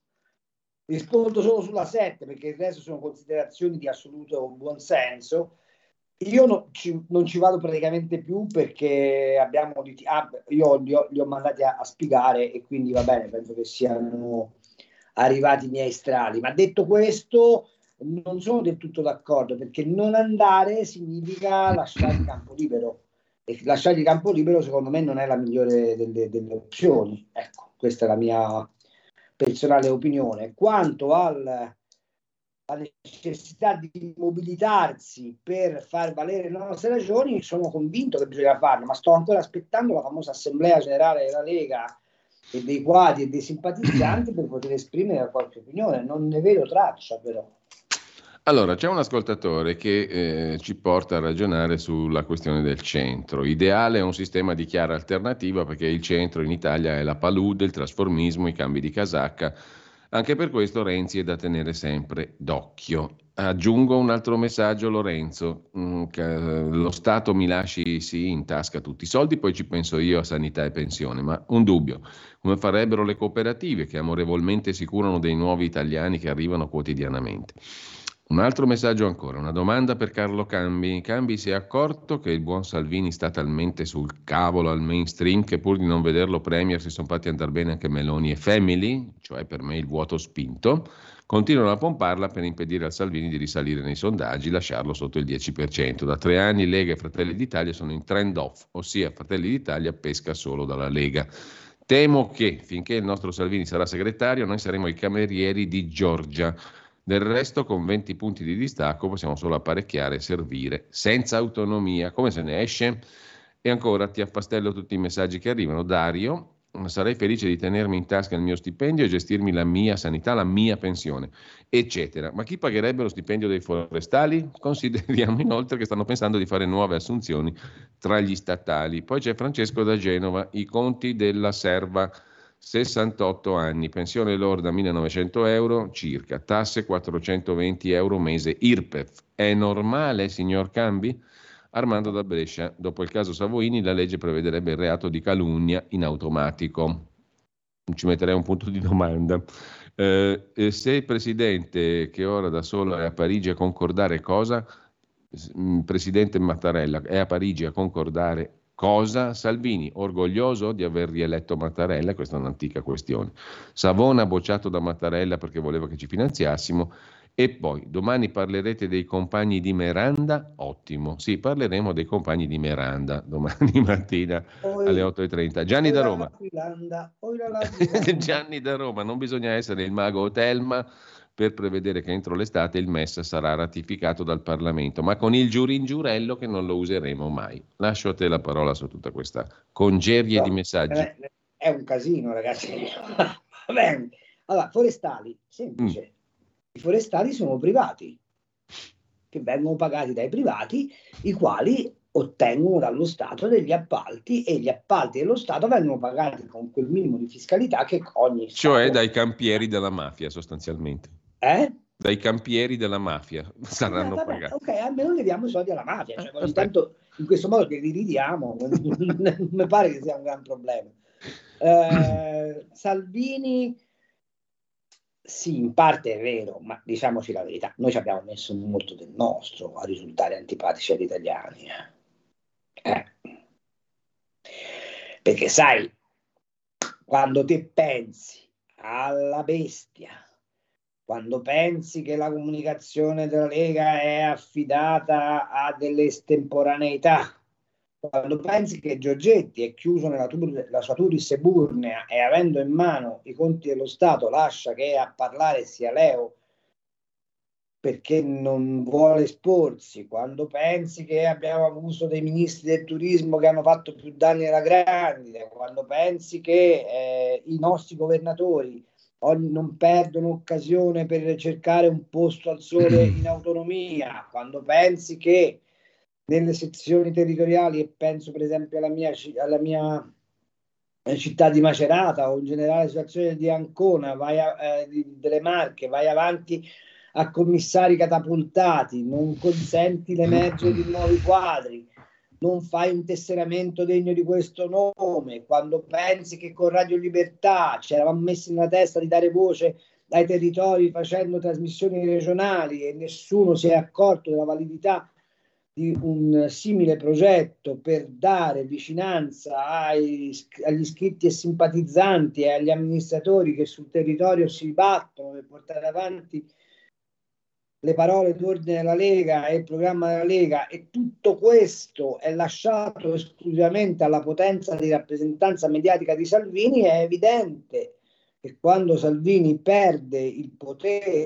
rispondo solo sulla sette perché il resto sono considerazioni di assoluto buonsenso. Io no, ci, non ci vado praticamente più perché abbiamo lit- ah, io li ho, li ho mandati a, a spiegare e quindi va bene, penso che siano arrivati i miei strali, ma detto questo non sono del tutto d'accordo, perché non andare significa lasciare il campo libero, e lasciare il campo libero secondo me non è la migliore delle, delle opzioni. Ecco, questa è la mia personale opinione. Quanto al, alla necessità di mobilitarsi per far valere le nostre ragioni, sono convinto che bisogna farlo, ma sto ancora aspettando la famosa assemblea generale della Lega e dei quadri e dei simpatizzanti per poter esprimere qualche opinione. Non ne vedo traccia però.
Allora, c'è un ascoltatore che eh, ci porta a ragionare sulla questione del centro. Ideale è un sistema di chiara alternativa perché il centro in Italia è la palude, il trasformismo, i cambi di casacca. Anche per questo Renzi è da tenere sempre d'occhio. Aggiungo un altro messaggio, Lorenzo. Mm, che lo Stato mi lasci sì in tasca tutti i soldi, poi ci penso io a sanità e pensione, ma un dubbio. Come farebbero le cooperative che amorevolmente si curano dei nuovi italiani che arrivano quotidianamente? Un altro messaggio ancora, una domanda per Carlo Cambi. Cambi si è accorto che il buon Salvini sta talmente sul cavolo al mainstream che pur di non vederlo premier si sono fatti andare bene anche Meloni e Family, cioè per me il vuoto spinto, continuano a pomparla per impedire a Salvini di risalire nei sondaggi, lasciarlo sotto il dieci per cento. Da tre anni Lega e Fratelli d'Italia sono in trend off, ossia Fratelli d'Italia pesca solo dalla Lega. Temo che finché il nostro Salvini sarà segretario noi saremo i camerieri di Giorgia. Del resto, con venti punti di distacco possiamo solo apparecchiare e servire, senza autonomia. Come se ne esce? E ancora ti affastello tutti i messaggi che arrivano. Dario, sarei felice di tenermi in tasca il mio stipendio e gestirmi la mia sanità, la mia pensione, eccetera. Ma chi pagherebbe lo stipendio dei forestali? Consideriamo inoltre che stanno pensando di fare nuove assunzioni tra gli statali. Poi c'è Francesco da Genova, i conti della serva. sessantotto anni, pensione lorda millenovecento euro circa, tasse quattrocentoventi euro mese, I R P E F. È normale, signor Cambi? Armando da Brescia, dopo il caso Savoini la legge prevederebbe il reato di calunnia in automatico. Ci metterei un punto di domanda. Eh, eh, se il presidente che ora da solo è a Parigi a concordare cosa? Presidente Mattarella è a Parigi a concordare cosa? Salvini, orgoglioso di aver rieletto Mattarella, questa è un'antica questione. Savona bocciato da Mattarella perché voleva che ci finanziassimo. E poi, domani parlerete dei compagni di Meranda? Ottimo, sì, parleremo dei compagni di Meranda domani mattina poi, alle otto e trenta. Gianni da Roma.
Filanda, la la
Gianni da Roma, non bisogna essere il mago Telma per prevedere che entro l'estate il M E S sarà ratificato dal Parlamento, ma con il giuringiurello che non lo useremo mai. Lascio a te la parola su tutta questa congerie no, di messaggi.
È un casino, ragazzi. Va bene. Allora, forestali, semplice. Mm. I forestali sono privati, che vengono pagati dai privati, i quali ottengono dallo Stato degli appalti e gli appalti dello Stato vengono pagati con quel minimo di fiscalità che ogni Stato...
Cioè dai campieri della mafia, sostanzialmente.
Eh?
Dai campieri della mafia saranno
eh, vabbè,
pagati.
Ok, almeno le diamo i soldi alla mafia, cioè, ogni tanto in questo modo che li ridiamo, non mi pare che sia un gran problema. Eh, Salvini... Sì, in parte è vero, ma diciamoci la verità, noi ci abbiamo messo molto del nostro a risultare antipatici agli italiani. Eh. Perché sai, quando te pensi alla bestia, quando pensi che la comunicazione della Lega è affidata a delle estemporaneità, quando pensi che Giorgetti è chiuso nella tur- la sua Turis eburnea e avendo in mano i conti dello Stato lascia che a parlare sia Leo perché non vuole esporsi, quando pensi che abbiamo avuto dei ministri del turismo che hanno fatto più danni alla grande, quando pensi che eh, i nostri governatori ogni, non perdono occasione per cercare un posto al sole in autonomia, quando pensi che nelle sezioni territoriali, e penso per esempio alla mia, alla mia città di Macerata o in generale la situazione di Ancona, vai a, eh, di, delle Marche, vai avanti a commissari catapultati, non consenti l'emergere di nuovi quadri, non fai un tesseramento degno di questo nome, quando pensi che con Radio Libertà ci eravamo messi nella testa di dare voce ai territori facendo trasmissioni regionali e nessuno si è accorto della validità di un simile progetto per dare vicinanza ai, agli iscritti e simpatizzanti e agli amministratori che sul territorio si battono per portare avanti le parole d'ordine della Lega e il programma della Lega, e tutto questo è lasciato esclusivamente alla potenza di rappresentanza mediatica di Salvini. È evidente che quando Salvini perde il potere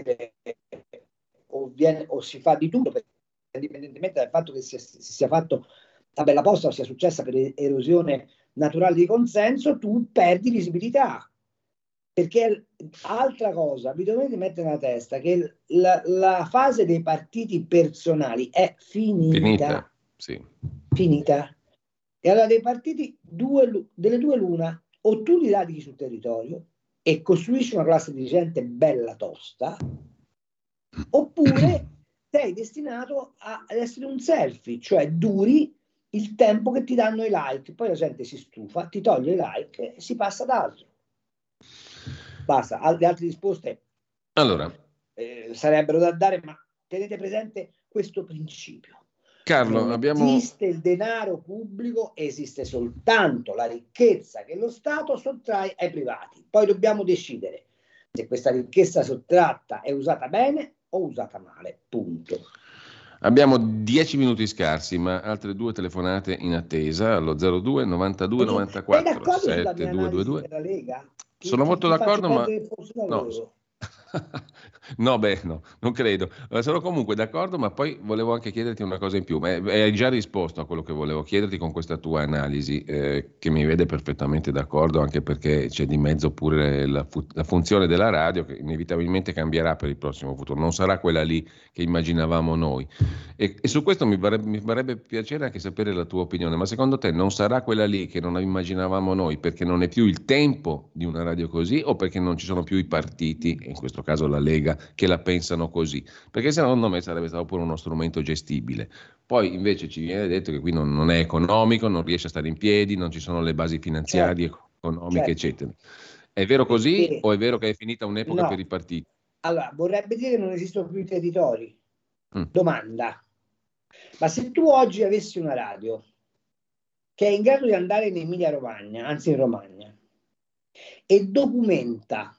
o, viene, o si fa di tutto, indipendentemente dal fatto che sia, si sia fatto a bella posta o sia successa per erosione naturale di consenso, tu perdi visibilità. Perché altra cosa, vi dovete mettere nella testa che la, la fase dei partiti personali è finita.
Finita, sì.
Finita. E allora dei partiti, due, delle due l'una, o tu li radichi sul territorio e costruisci una classe dirigente bella tosta, oppure sei destinato a, ad essere un selfie, cioè duri il tempo che ti danno i like, poi la gente si stufa, ti toglie i like e si passa ad altro. Basta, le altre risposte
allora
eh, sarebbero da dare, ma tenete presente questo principio.
Carlo,
non
abbiamo...
esiste il denaro pubblico, esiste soltanto la ricchezza che lo Stato sottrae ai privati. Poi dobbiamo decidere se questa ricchezza sottratta è usata bene o usata male, punto.
Abbiamo dieci minuti scarsi, ma altre due telefonate in attesa allo zero due novantadue novantaquattro settantadue ventidue. Sono molto d'accordo, ma no. No, beh, no, non credo. Sono comunque d'accordo, ma poi volevo anche chiederti una cosa in più. Hai già risposto a quello che volevo chiederti con questa tua analisi, eh, che mi vede perfettamente d'accordo, anche perché c'è di mezzo pure la, fu- la funzione della radio, che inevitabilmente cambierà per il prossimo futuro. Non sarà quella lì che immaginavamo noi. E, e su questo mi farebbe, mi farebbe piacere anche sapere la tua opinione. Ma secondo te non sarà quella lì che non immaginavamo noi perché non è più il tempo di una radio così, o perché non ci sono più i partiti, e in questo questo caso la Lega, che la pensano così, perché secondo me sarebbe stato pure uno strumento gestibile. Poi invece ci viene detto che qui non, non è economico, non riesce a stare in piedi, non ci sono le basi finanziarie,
certo,
economiche,
certo.
eccetera. È vero così
Perché,
o è vero che è finita un'epoca
no,
per i partiti?
allora vorrebbe dire che non esistono più i territori.
Mm.
Domanda: ma se tu oggi avessi una radio che è in grado di andare in Emilia Romagna, anzi in Romagna, e documenta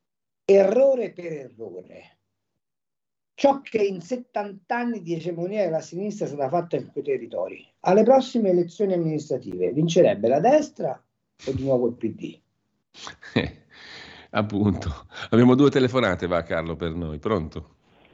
errore per errore ciò che in settanta anni di egemonia della sinistra è stata fatta in quei territori, alle prossime elezioni amministrative vincerebbe la destra o di nuovo il P D?
Eh, appunto. Abbiamo due telefonate, va Carlo, per noi. Pronto?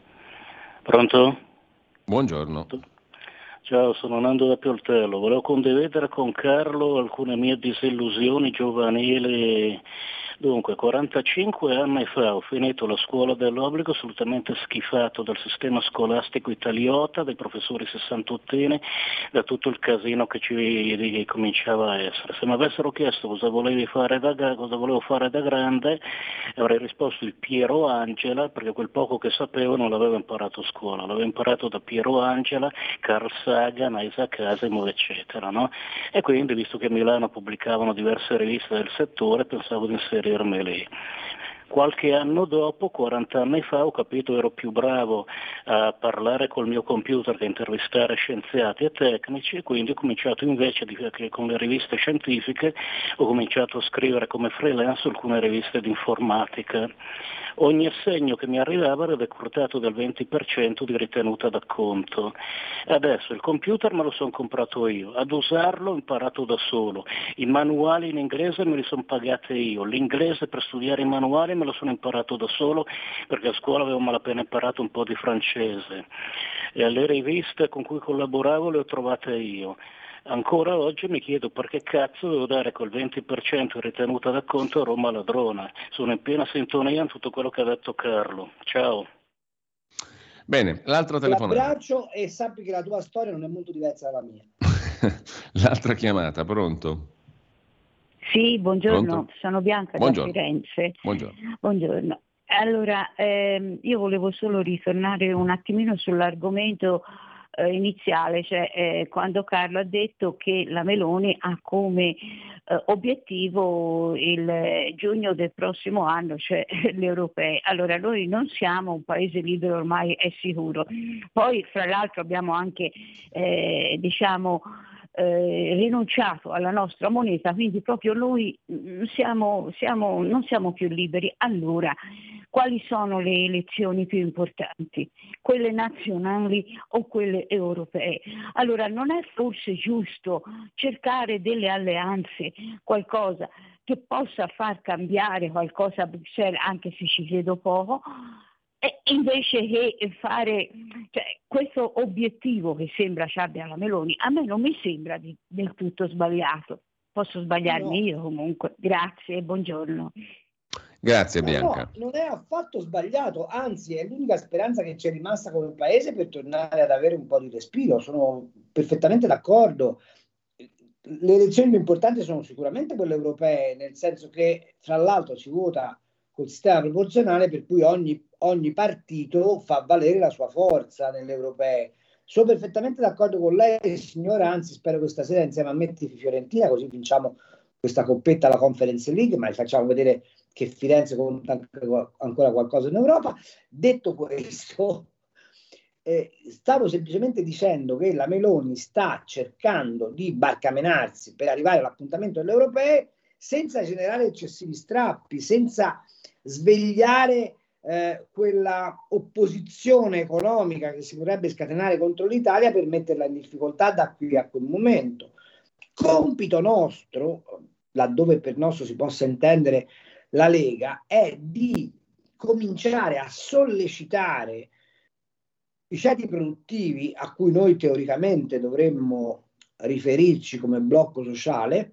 Pronto?
Buongiorno.
Ciao, sono Nando da Pioltello. Volevo condividere con Carlo alcune mie disillusioni giovanili. Dunque, quarantacinque anni fa ho finito la scuola dell'obbligo, assolutamente schifato dal sistema scolastico italiota, dai professori sessantottenni, da tutto il casino che ci cominciava a essere. Se mi avessero chiesto cosa volevi fare da, cosa volevo fare da grande, avrei risposto il Piero Angela, perché quel poco che sapevo non l'avevo imparato a scuola, l'avevo imparato da Piero Angela, Carl Sagan, Isaac Asimov, eccetera, no? E quindi, visto che a Milano pubblicavano diverse riviste del settore, pensavo di inserirmi lì. Qualche anno dopo, quaranta anni fa, ho capito ero più bravo a parlare col mio computer che a intervistare scienziati e tecnici, e quindi ho cominciato invece di, con le riviste scientifiche, ho cominciato a scrivere come freelance alcune riviste di informatica. Ogni assegno che mi arrivava era decurtato del venti per cento di ritenuta d'acconto. Adesso il computer me lo sono comprato io, ad usarlo ho imparato da solo, i manuali in inglese me li sono pagati io, l'inglese per studiare i manuali me lo sono imparato da solo perché a scuola avevo malapena imparato un po' di francese, e le riviste con cui collaboravo le ho trovate io. Ancora oggi mi chiedo perché cazzo devo dare quel venti per cento ritenuta d'acconto a Roma Ladrona. Sono in piena sintonia in tutto quello che ha detto Carlo. Ciao.
Bene, l'altra telefonata.
Un abbraccio e sappi che la tua storia non è molto diversa dalla mia.
L'altra chiamata, pronto?
Sì, buongiorno,
Pronto?
sono Bianca
Buongiorno.
da Firenze.
Buongiorno.
Buongiorno. Allora, ehm, io volevo solo ritornare un attimino sull'argomento eh, iniziale, cioè eh, quando Carlo ha detto che la Meloni ha come eh, obiettivo il eh, giugno del prossimo anno, cioè le europee. Allora, noi non siamo un paese libero, ormai è sicuro. Poi, fra l'altro, abbiamo anche, eh, diciamo, Eh, rinunciato alla nostra moneta, quindi proprio noi siamo, siamo, non siamo più liberi. Allora, quali sono le elezioni più importanti? Quelle nazionali o quelle europee? Allora, non è forse giusto cercare delle alleanze, qualcosa che possa far cambiare qualcosa a Bruxelles, anche se ci credo poco, e invece che fare, cioè, questo obiettivo che sembra ci abbia la Meloni, a me non mi sembra di, del tutto sbagliato. Posso sbagliarmi
No.
io comunque. Grazie e buongiorno.
Grazie
No,
Bianca.
no, non è affatto sbagliato, anzi è l'unica speranza che ci è rimasta come paese per tornare ad avere un po' di respiro. Sono perfettamente d'accordo. Le elezioni più importanti sono sicuramente quelle europee, nel senso che tra l'altro si vota col sistema proporzionale, per cui ogni, ogni partito fa valere la sua forza nelle europee. Sono perfettamente d'accordo con lei, signora, anzi spero che stasera insieme a me tifi Fiorentina, così vinciamo questa coppetta alla Conference League, ma facciamo vedere che Firenze conta ancora qualcosa in Europa. Detto questo, eh, stavo semplicemente dicendo che la Meloni sta cercando di barcamenarsi per arrivare all'appuntamento delle europee senza generare eccessivi strappi, senza svegliare eh, quella opposizione economica che si vorrebbe scatenare contro l'Italia per metterla in difficoltà da qui a quel momento. Compito nostro, laddove per nostro si possa intendere la Lega, è di cominciare a sollecitare i ceti produttivi a cui noi teoricamente dovremmo riferirci come blocco sociale,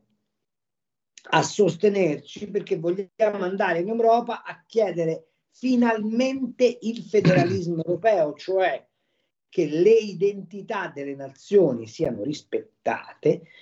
a sostenerci, perché vogliamo andare in Europa a chiedere finalmente il federalismo europeo, cioè che le identità delle nazioni siano rispettate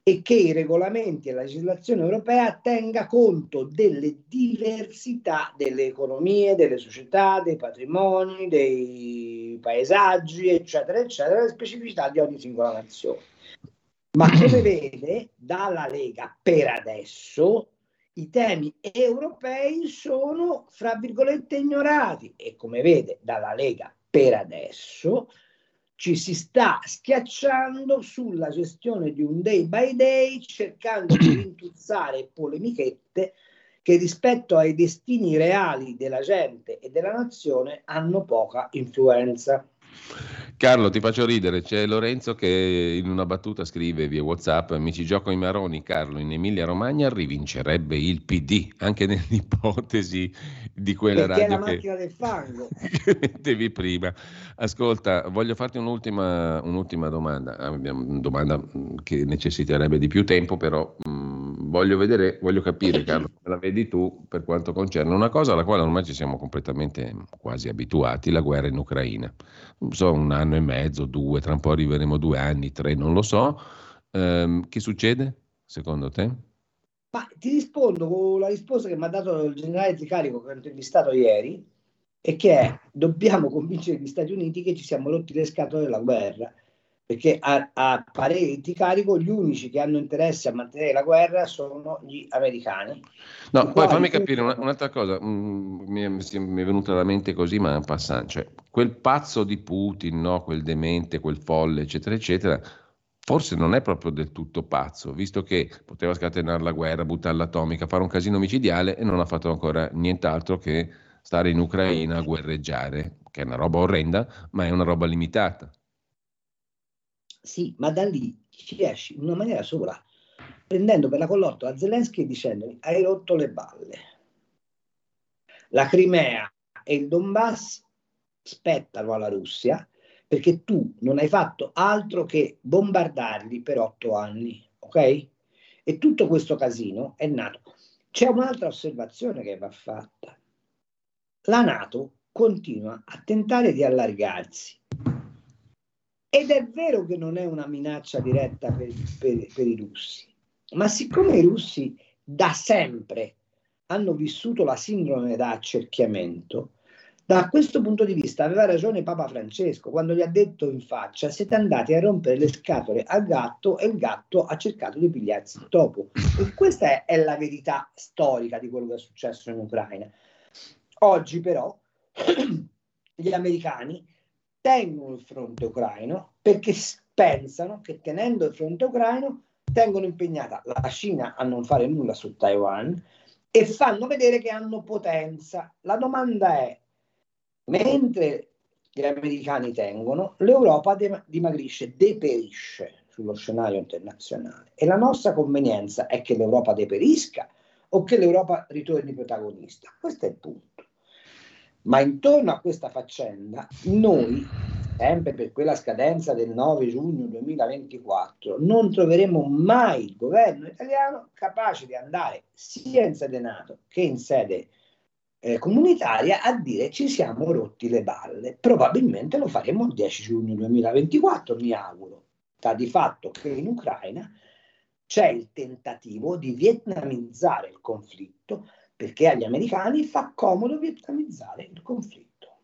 e che i regolamenti e la legislazione europea tenga conto delle diversità delle economie, delle società, dei patrimoni, dei paesaggi, eccetera, eccetera, le specificità di ogni singola nazione. Ma come vede, dalla Lega per adesso i temi europei sono, fra virgolette, ignorati, e come vede, dalla Lega per adesso ci si sta schiacciando sulla gestione di un day by day, cercando di rintuzzare polemichette che rispetto ai destini reali della gente e della nazione hanno poca influenza.
Carlo, ti faccio ridere, c'è Lorenzo che in una battuta scrive via WhatsApp: mi ci gioco i maroni, Carlo, in Emilia Romagna rivincerebbe il P D, anche nell'ipotesi di quella
perché
radio
è la
che,
macchina del fango
che mettevi prima. Ascolta, voglio farti un'ultima, un'ultima domanda, abbiamo una domanda che necessiterebbe di più tempo, però mh, voglio vedere, voglio capire, Carlo, come la vedi tu per quanto concerne una cosa alla quale ormai ci siamo completamente quasi abituati, la guerra in Ucraina. Non so, un anno e mezzo, due, tra un po' arriveremo due anni, tre, non lo so. Ehm, che succede secondo te?
Ma ti rispondo con la risposta che mi ha dato il generale Tricarico, che ho intervistato ieri, e che è: dobbiamo convincere gli Stati Uniti che ci siamo rotti le scatole della guerra, perché a, a parere di Tricarico gli unici che hanno interesse a mantenere la guerra sono gli americani.
No, poi fammi capire una, un'altra cosa, mm, mi, è, mi è venuta alla mente così, ma en passant, cioè, quel pazzo di Putin, no? Quel demente, quel folle, eccetera, eccetera, forse non è proprio del tutto pazzo, visto che poteva scatenare la guerra, buttare l'atomica, fare un casino micidiale e non ha fatto ancora nient'altro che stare in Ucraina a guerreggiare, che è una roba orrenda, ma è una roba limitata.
Sì, ma da lì ci esci in una maniera sola, prendendo per la collottola Zelensky e dicendogli: hai rotto le balle. La Crimea e il Donbass spettano alla Russia perché tu non hai fatto altro che bombardarli per otto anni, ok? E tutto questo casino è nato. C'è un'altra osservazione che va fatta. La NATO continua a tentare di allargarsi. Ed è vero che non è una minaccia diretta per, per, per i russi, ma siccome i russi da sempre hanno vissuto la sindrome da accerchiamento, da questo punto di vista aveva ragione Papa Francesco quando gli ha detto in faccia: siete andati a rompere le scatole al gatto e il gatto ha cercato di pigliarsi il topo. E questa è, è la verità storica di quello che è successo in Ucraina. Oggi però gli americani tengono il fronte ucraino perché pensano che tenendo il fronte ucraino tengono impegnata la Cina a non fare nulla su Taiwan e fanno vedere che hanno potenza. La domanda è: mentre gli americani tengono, l'Europa dem- dimagrisce, deperisce sullo scenario internazionale, e la nostra convenienza è che l'Europa deperisca o che l'Europa ritorni protagonista. Questo è il punto. Ma intorno a questa faccenda noi, sempre per quella scadenza del nove giugno duemilaventiquattro, non troveremo mai il governo italiano capace di andare sia in sede NATO che in sede eh, comunitaria a dire: ci siamo rotti le balle. Probabilmente lo faremo il dieci giugno duemilaventiquattro, mi auguro. Sta di fatto che in Ucraina c'è il tentativo di vietnamizzare il conflitto, perché agli americani fa comodo vietnamizzare il conflitto.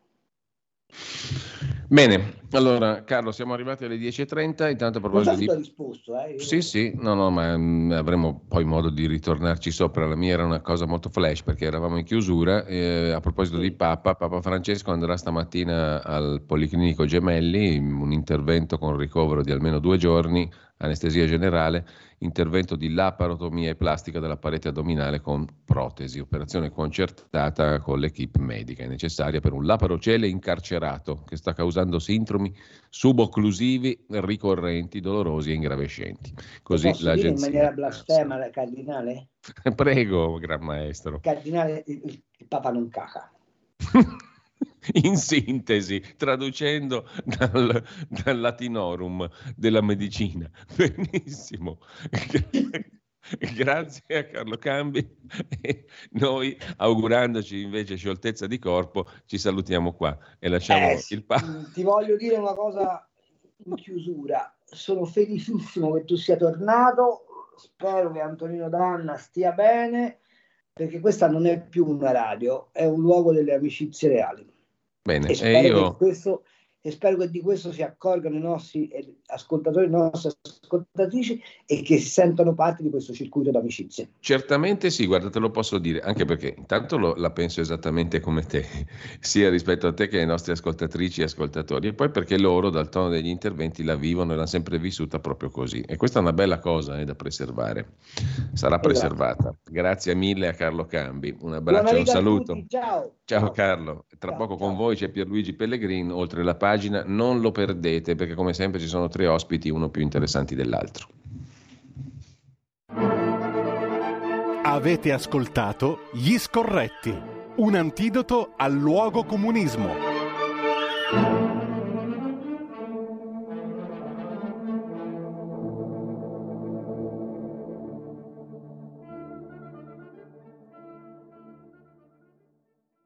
Bene, allora Carlo, siamo arrivati alle dieci e trenta. Intanto a proposito
non so se
di...
ti ho risposto, eh? Io...
Sì, sì, no, no, ma mh, avremo poi modo di ritornarci sopra. La mia era una cosa molto flash perché eravamo in chiusura. Eh, a proposito
sì.
di Papa, Papa Francesco andrà stamattina al Policlinico Gemelli, un intervento con ricovero di almeno due giorni, anestesia generale, intervento di laparotomia e plastica della parete addominale con protesi, operazione concertata con l'equipe medica, è necessaria per un laparocele incarcerato che sta causando sindromi subocclusivi ricorrenti, dolorosi e ingravescenti. Così
posso
l'agenzia.
dire in maniera blasfema, la cardinale?
Prego, Gran Maestro.
Cardinale, il, il Papa non caca.
In sintesi, traducendo dal, dal latinorum della medicina. Benissimo. Grazie a Carlo Cambi. E noi, augurandoci invece scioltezza di corpo, ci salutiamo qua e lasciamo
eh,
il Papa.
Ti voglio dire una cosa in chiusura. Sono felicissimo che tu sia tornato. spero che Antonino Danna stia bene, perché questa non è più una radio, è un luogo delle amicizie reali.
Bene,
e, spero
e io...
che questo, e spero che di questo si accorgano i nostri ascoltatori, le nostre ascoltatrici, e che si sentano parte di questo circuito d'amicizie.
Certamente sì, guarda, te lo posso dire, anche perché intanto lo, la penso esattamente come te, sia rispetto a te che ai nostri ascoltatrici e ascoltatori, e poi perché loro dal tono degli interventi la vivono e l'hanno sempre vissuta proprio così. E questa è una bella cosa eh, da preservare, sarà preservata. Esatto. Grazie mille a Carlo Cambi, un abbraccio e un saluto.
Ciao.
Ciao,
ciao
Carlo, tra
ciao,
poco
ciao.
con voi c'è Pierluigi Pellegrin, oltre la pagina, non lo perdete perché come sempre ci sono tre ospiti, uno più interessanti dell'altro.
Avete ascoltato Gli Scorretti, un antidoto al luogo comunismo.